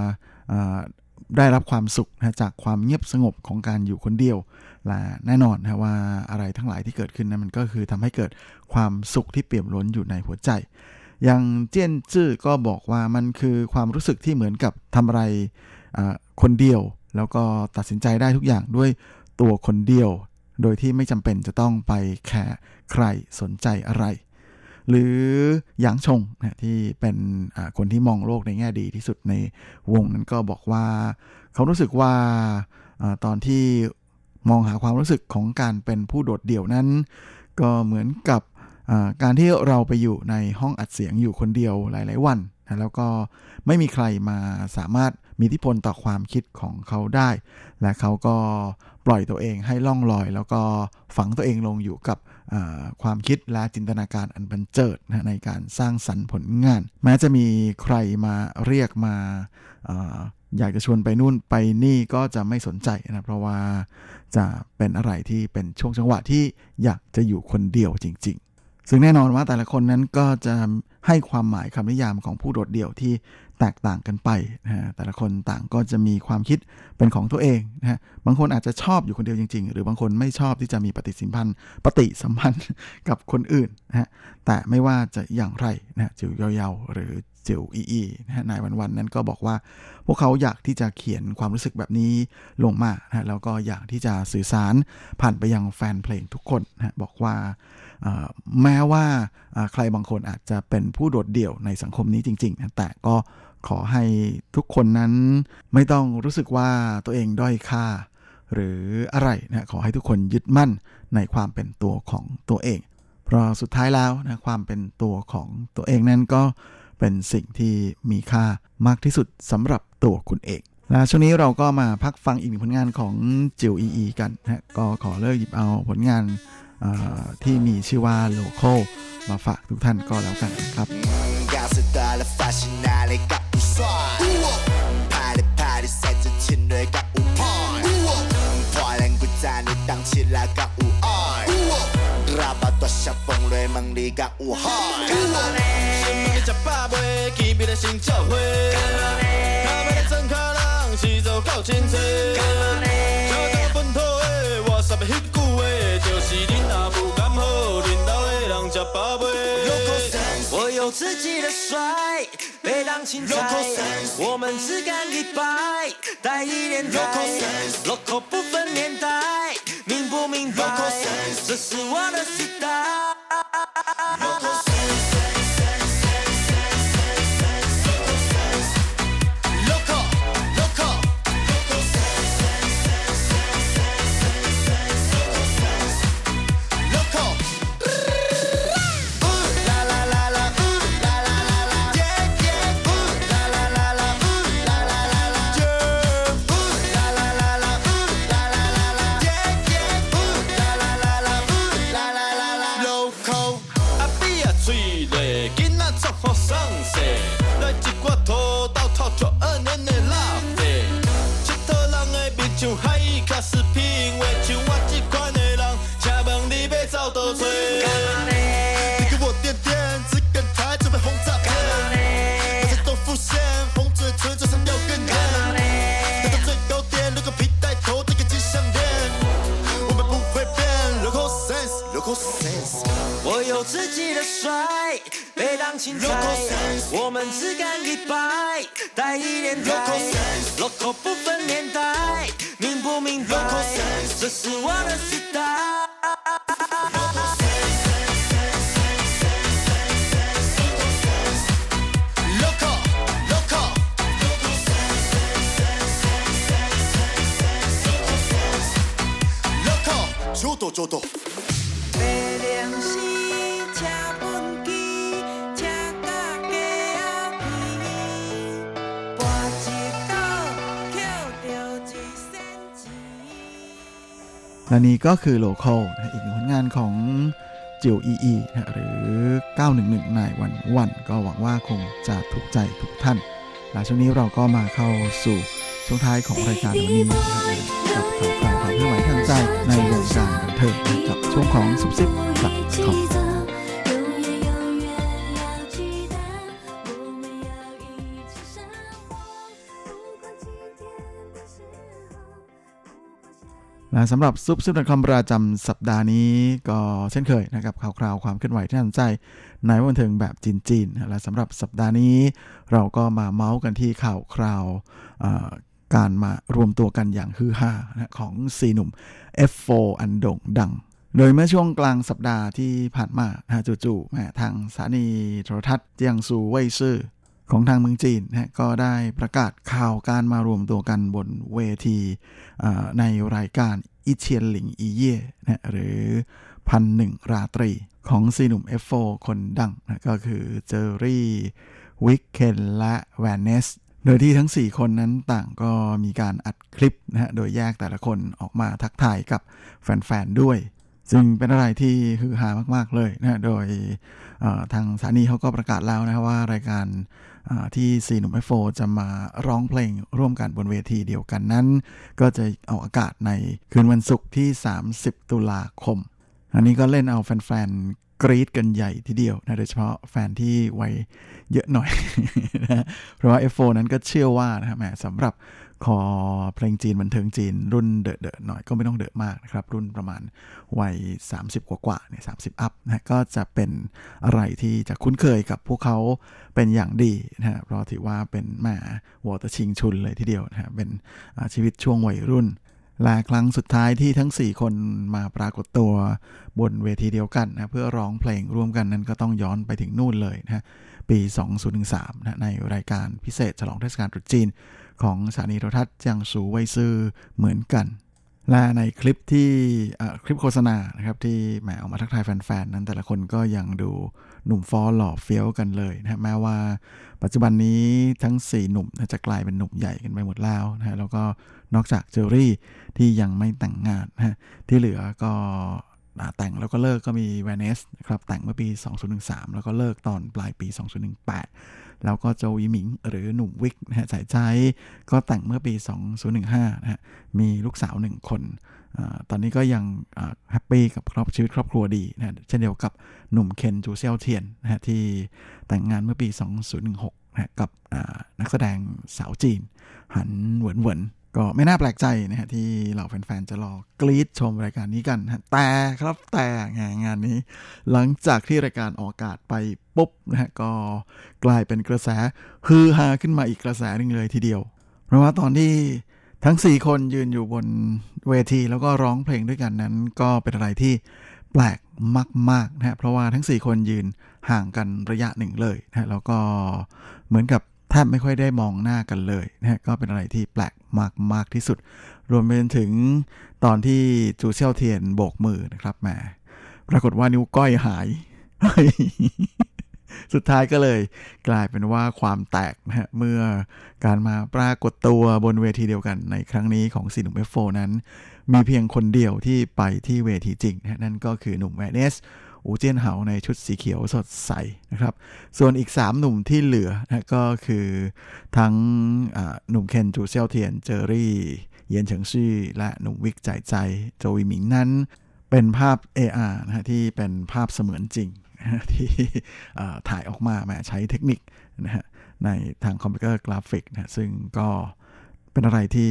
ได้รับความสุขนะจากความเงียบสงบของการอยู่คนเดียวและแน่นอนนะว่าอะไรทั้งหลายที่เกิดขึ้นนั้นมันก็คือทำให้เกิดความสุขที่เปี่ยมล้นอยู่ในหัวใจอย่างเจี้ยนจื้อก็บอกว่ามันคือความรู้สึกที่เหมือนกับทำอะไรคนเดียวแล้วก็ตัดสินใจได้ทุกอย่างด้วยตัวคนเดียวโดยที่ไม่จำเป็นจะต้องไปแคร์ใครสนใจอะไรหรือหยางชงนะที่เป็นคนที่มองโลกในแง่ดีที่สุดในวงนั้นก็บอกว่าเขารู้สึกว่าตอนที่มองหาความรู้สึกของการเป็นผู้โดดเดี่ยวนั้นก็เหมือนกับการที่เราไปอยู่ในห้องอัดเสียงอยู่คนเดียวหลายๆวันนะแล้วก็ไม่มีใครมาสามารถมีอิทธิพลต่อความคิดของเขาได้และเขาก็ปล่อยตัวเองให้ล่องลอยแล้วก็ฝังตัวเองลงอยู่กับความคิดและจินตนาการอันบันเจิดนะในการสร้างสรรค์ผลงานแม้จะมีใครมาเรียกมาอยากจะชวนไปนู่นไปนี่ก็จะไม่สนใจนะเพราะว่าจะเป็นอะไรที่เป็นช่วงจังหวะที่อยากจะอยู่คนเดียวจริงๆซึ่งแน่นอนว่าแต่ละคนนั้นก็จะให้ความหมายคำนิยามของผู้โดดเดี่ยวที่แตกต่างกันไปนะฮะแต่ละคนต่างก็จะมีความคิดเป็นของตัวเองนะฮะบางคนอาจจะชอบอยู่คนเดียวจริงๆหรือบางคนไม่ชอบที่จะมีปฏิสัมพันธ์ปฏิสัมพันธ์กับคนอื่นนะฮะแต่ไม่ว่าจะอย่างไรนะฮะจิ๋วยาวๆหรือจิ๋วอีอีนะฮะนายวันๆนั้นก็บอกว่าพวกเขาอยากที่จะเขียนความรู้สึกแบบนี้ลงมานะแล้วก็อยากที่จะสื่อสารผ่านไปยังแฟนเพลงทุกคนนะบอกว่าแม้ว่าใครบางคนอาจจะเป็นผู้โดดเดี่ยวในสังคมนี้จริงๆนะแต่ก็ขอให้ทุกคนนั้นไม่ต้องรู้สึกว่าตัวเองด้อยค่าหรืออะไรนะขอให้ทุกคนยึดมั่นในความเป็นตัวของตัวเองเพราะสุดท้ายแล้วนะความเป็นตัวของตัวเองนั้นก็เป็นสิ่งที่มีค่ามากที่สุดสำหรับตัวคุณเองและช่วงนี้เราก็มาพักฟังอีกหนึ่งผลงานของจิ๋วอีอีกันนะก็ขอเลิกหยิบเอาผลงานที่มีชื่อว่า Local มาฝากทุกท่านก็แล้วกันครับ我有自己的帅，别当青菜，我们只干一百，带一点台 ，local 不分年代，明不明白？这是我的时代。我有自己的帅，别当青菜，我们只干一百，带一点台 ，local 不分年代，明不明白？这是我的时代。 ちょっとちょっと。 และนี่ก็คือ Local อีกหนึ่งผลงานของจิ๋วอีอีหรือเก้าหนึ่งหนึ่งนายวันวันก็หวังว่าคงจะถูกใจทุกท่านและช่วงนี้เราก็มาเข้าสู่ช่วงท้ายของรายการวันนี้กับข่าวคราวความเคลื่อนไหวทางใจในวงการบันเทิงกับช่วงของซุปซิปกับคอมและสำหรับซุปซิป .com ประจำสัปดาห์นี้ก็เช่นเคยนะครับข่าวคราวความเคลื่อนไหวที่น่าสนใจในบันเทิงแบบจีนๆและสำหรับสัปดาห์นี้เราก็มาเมาส์กันที่ข่าวคราวการมารวมตัวกันอย่างฮือฮาของสี่หนุ่ม เอฟ โฟร์ อันโด่งดังโดยเมื่อช่วงกลางสัปดาห์ที่ผ่านมาจู่ๆแม่ทางสถานีโทรทัศน์เจียงซูเว่ยซื่อของทางเมืองจีนนะก็ได้ประกาศข่าวการมารวมตัวกันบนเวทีในรายการอีเชียนหลิงอีเย่นะหรือพันหนึ่งราตรีของสี่หนุ่ม เอฟ โฟร์ คนดังนะก็คือเจอรี่วิกเคนและแวนเนสโดยที่ทั้งสี่คนนั้นต่างก็มีการอัดคลิปนะฮะโดยแยกแต่ละคนออกมาทักทายกับแฟนๆด้วยซึ่งเป็นอะไรที่ฮือฮามากๆเลยนะโดยทางสถานีเขาก็ประกาศแล้วนะว่ารายการที่สี่หนุ่ม เอฟ โฟร์ จะมาร้องเพลงร่วมกันบนเวทีเดียวกันนั้นก็จะออกอากาศในคืนวันศุกร์ที่สามสิบตุลาคมอันนี้ก็เล่นเอาแฟนๆกรี๊ดกันใหญ่ทีเดียวนะโดยเฉพาะแฟนที่วัยเยอะหน่อย นะเพราะว่า เอฟ โฟร์ นั้นก็เชื่อว่านะแหมสำหรับคอเพลงจีนบันเทิงจีนรุ่นเดอะๆหน่อยก็ไม่ต้องเดอะมากนะครับรุ่นประมาณวัยสามสิบกว่าๆเนี่ยสามสิบอัพนะก็จะเป็นอะไรที่จะคุ้นเคยกับพวกเขาเป็นอย่างดีนะเพราะถือว่าเป็นแหมวอเตอร์ชิงชุนเลยทีเดียวนะเป็นชีวิตช่วงวัยรุ่นและครั้งสุดท้ายที่ทั้งสี่คนมาปรากฏตัวบนเวทีเดียวกันนะเพื่อร้องเพลงร่วมกันนั้นก็ต้องย้อนไปถึงนู่นเลยนะปีสองพันสิบสามนะในรายการพิเศษฉลองเทศกาลตรุษจีนของสถานีโทรทัศน์เจียงซูเว่ยซื่อเหมือนกันและในคลิปที่คลิปโฆษณานะครับที่แหมออกมาทักทายแฟนๆนั้นแต่ละคนก็ยังดูหนุ่มฟอหล่อเฟี้ยวกันเลยนะแม้ว่าปัจจุบันนี้ทั้งสี่หนุ่มจะกลายเป็นหนุ่มใหญ่กันไปหมดแล้วนะแล้วก็นอกจากเจอรี่ที่ยังไม่แต่งงานนะที่เหลือก็แต่งแล้วก็เลิกก็มีแวนเนสนะครับแต่งเมื่อปีสองพันสิบสามแล้วก็เลิกตอนปลายปีสองพันสิบแปดแล้วก็โจวีหมิงหรือหนุ่มวิกนะฮะสายใจก็แต่งเมื่อปีสองพันสิบห้านะฮะมีลูกสาวหนึ่งคนตอนนี้ก็ยังแฮปปี้กับครอบชีวิตครอบครัวดีนะเช่นเดียวกับหนุ่มเคนจูเซี่ยวเทียนนะฮะที่แต่งงานเมื่อปีสองพันสิบหกนะกับนักแสดงสาวจีนหันเหวินเหวินก็ไม่น่าแปลกใจนะฮะที่เหล่าแฟนๆจะรอกรี๊ดชมรายการนี้กันนะแต่ครับแต่งานงานนี้หลังจากที่รายการออกอากาศไปปุ๊บนะฮะก็กลายเป็นกระแสฮือฮาขึ้นมาอีกกระแสนึงเลยทีเดียวเพราะว่าตอนที่ทั้งสี่คนยืนอยู่บนเวทีแล้วก็ร้องเพลงด้วยกันนั้นก็เป็นอะไรที่แปลกมากๆนะฮะเพราะว่าทั้งสี่คนยืนห่างกันระยะหนึ่งเลยนะแล้วก็เหมือนกับแทบไม่ค่อยได้มองหน้ากันเลยนะก็เป็นอะไรที่แปลกมากๆที่สุดรวมไปถึงตอนที่จูเซี่ยวเทียนโบกมือนะครับแหมปรากฏว่านิ้วก้อยหาย สุดท้ายก็เลยกลายเป็นว่าความแตกนะฮะเมื่อการมาปรากฏตัวบนเวทีเดียวกันในครั้งนี้ของสี่หนุ่ม เอฟ โฟร์ นั้นมีเพียงคนเดียวที่ไปที่เวทีจริงนะนั่นก็คือหนุ่มแวนเนสอูเจี้ยนเหาในชุดสีเขียวสดใสนะครับส่วนอีกสามหนุ่มที่เหลือนะก็คือทั้งหนุ่มเคนจูเซี่ยวเทียนเจอรี่เยียนเฉิงชี่และหนุ่มวิกจ่ายใจโจวีหมิงนั้นเป็นภาพ เอ อาร์ นะฮะที่เป็นภาพเสมือนจริงที่ถ่ายออกมาแม้ใช้เทคนิคนะฮะในทางคอมพิวเตอร์กราฟิกนะซึ่งก็เป็นอะไรที่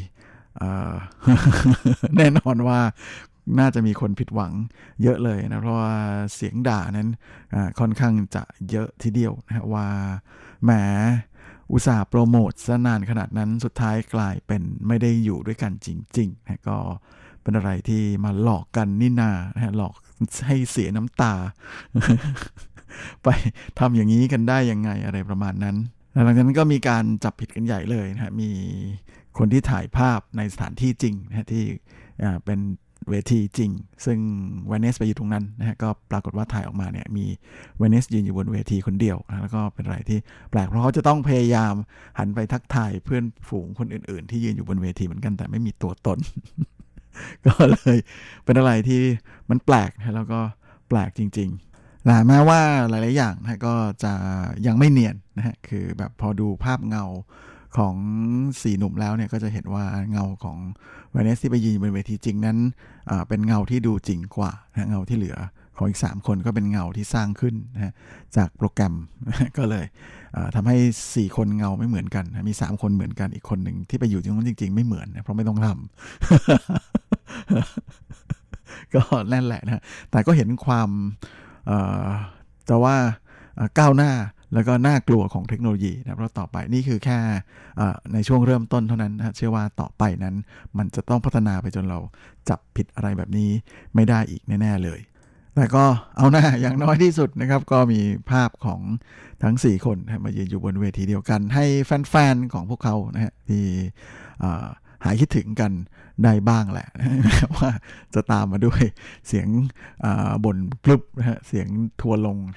แน่นอนว่าน่าจะมีคนผิดหวังเยอะเลยนะเพราะว่าเสียงด่านั้นค่อนข้างจะเยอะทีเดียวนะว่าแหมอุตส่าห์โปรโมทซะนานขนาดนั้นสุดท้ายกลายเป็นไม่ได้อยู่ด้วยกันจริงๆนะก็เป็นอะไรที่มาหลอกกันนี่นานะหลอกให้เสียน้ำตา ไปทำอย่างนี้กันได้ยังไงอะไรประมาณนั้นหลังจากนั้นก็มีการจับผิดกันใหญ่เลยนะมีคนที่ถ่ายภาพในสถานที่จริงนะที่เป็นเวทีจริงซึ่งแวนเนสไปอยู่ตรงนั้นนะฮะก็ปรากฏว่าถ่ายออกมาเนี่ยมีแวนเนสยืนอยู่บนเวทีคนเดียวนะแล้วก็เป็นอะไรที่แปลกเพราะเขาจะต้องพยายามหันไปทักทายเพื่อนฝูงคนอื่นๆที่ยืนอยู่บนเวทีเหมือนกันแต่ไม่มีตัวตน ก็เลยเป็นอะไรที่มันแปลกนะแล้วก็แปลกจริงๆและแม้ว่าหลายๆอย่างนะก็จะยังไม่เนียนนะฮะคือแบบพอดูภาพเงาของสี่หนุ่มแล้วเนี่ยก็จะเห็นว่าเงาของแวนเนสที่ไปยืนบนเวทีจริงนั้นเป็นเงาที่ดูจริงกว่านะเงาที่เหลือของอีกสามคนก็เป็นเงาที่สร้างขึ้นนะจากโปรแกรม ก็เลยทำให้สี่คนเงาไม่เหมือนกันมีสามคนเหมือนกันอีกคนหนึ่งที่ไปอยู่ตรงนั้นจริงๆไม่เหมือนนะเพราะไม่ต้องทำก็นั่นแหละนะแต่ก็เห็นความแต่ว่าก้าวหน้าแล้วก็น่ากลัวของเทคโนโลยีนะเพราะต่อไปนี่คือแค่ในช่วงเริ่มต้นเท่านั้นนะเชื่อว่าต่อไปนั้นมันจะต้องพัฒนาไปจนเราจับผิดอะไรแบบนี้ไม่ได้อีกแน่ๆเลยแต่ก็เอาหน้าอย่างน้อยที่สุดนะครับก็มีภาพของทั้งสี่คนมายืนอยู่บนเวทีเดียวกันให้แฟนๆของพวกเขานะฮะที่หายคิดถึงกันได้บ้างแหละว่าจะตามมาด้วยเสียงบ่นพลุบนะฮะเสียงทัวลง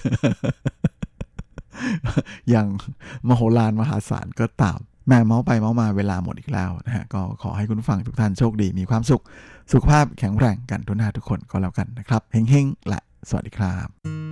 อย่างมโหฬารมหาศาลก็ตามแม่เมาไปเมามาเวลาหมดอีกแล้วนะฮะก็ขอให้คุณผู้ฟังทุกท่านโชคดีมีความสุขสุขภาพแข็งแรงกันทุกหน้าทุกคนก็แล้วกันนะครับเฮ้งๆและสวัสดีครับ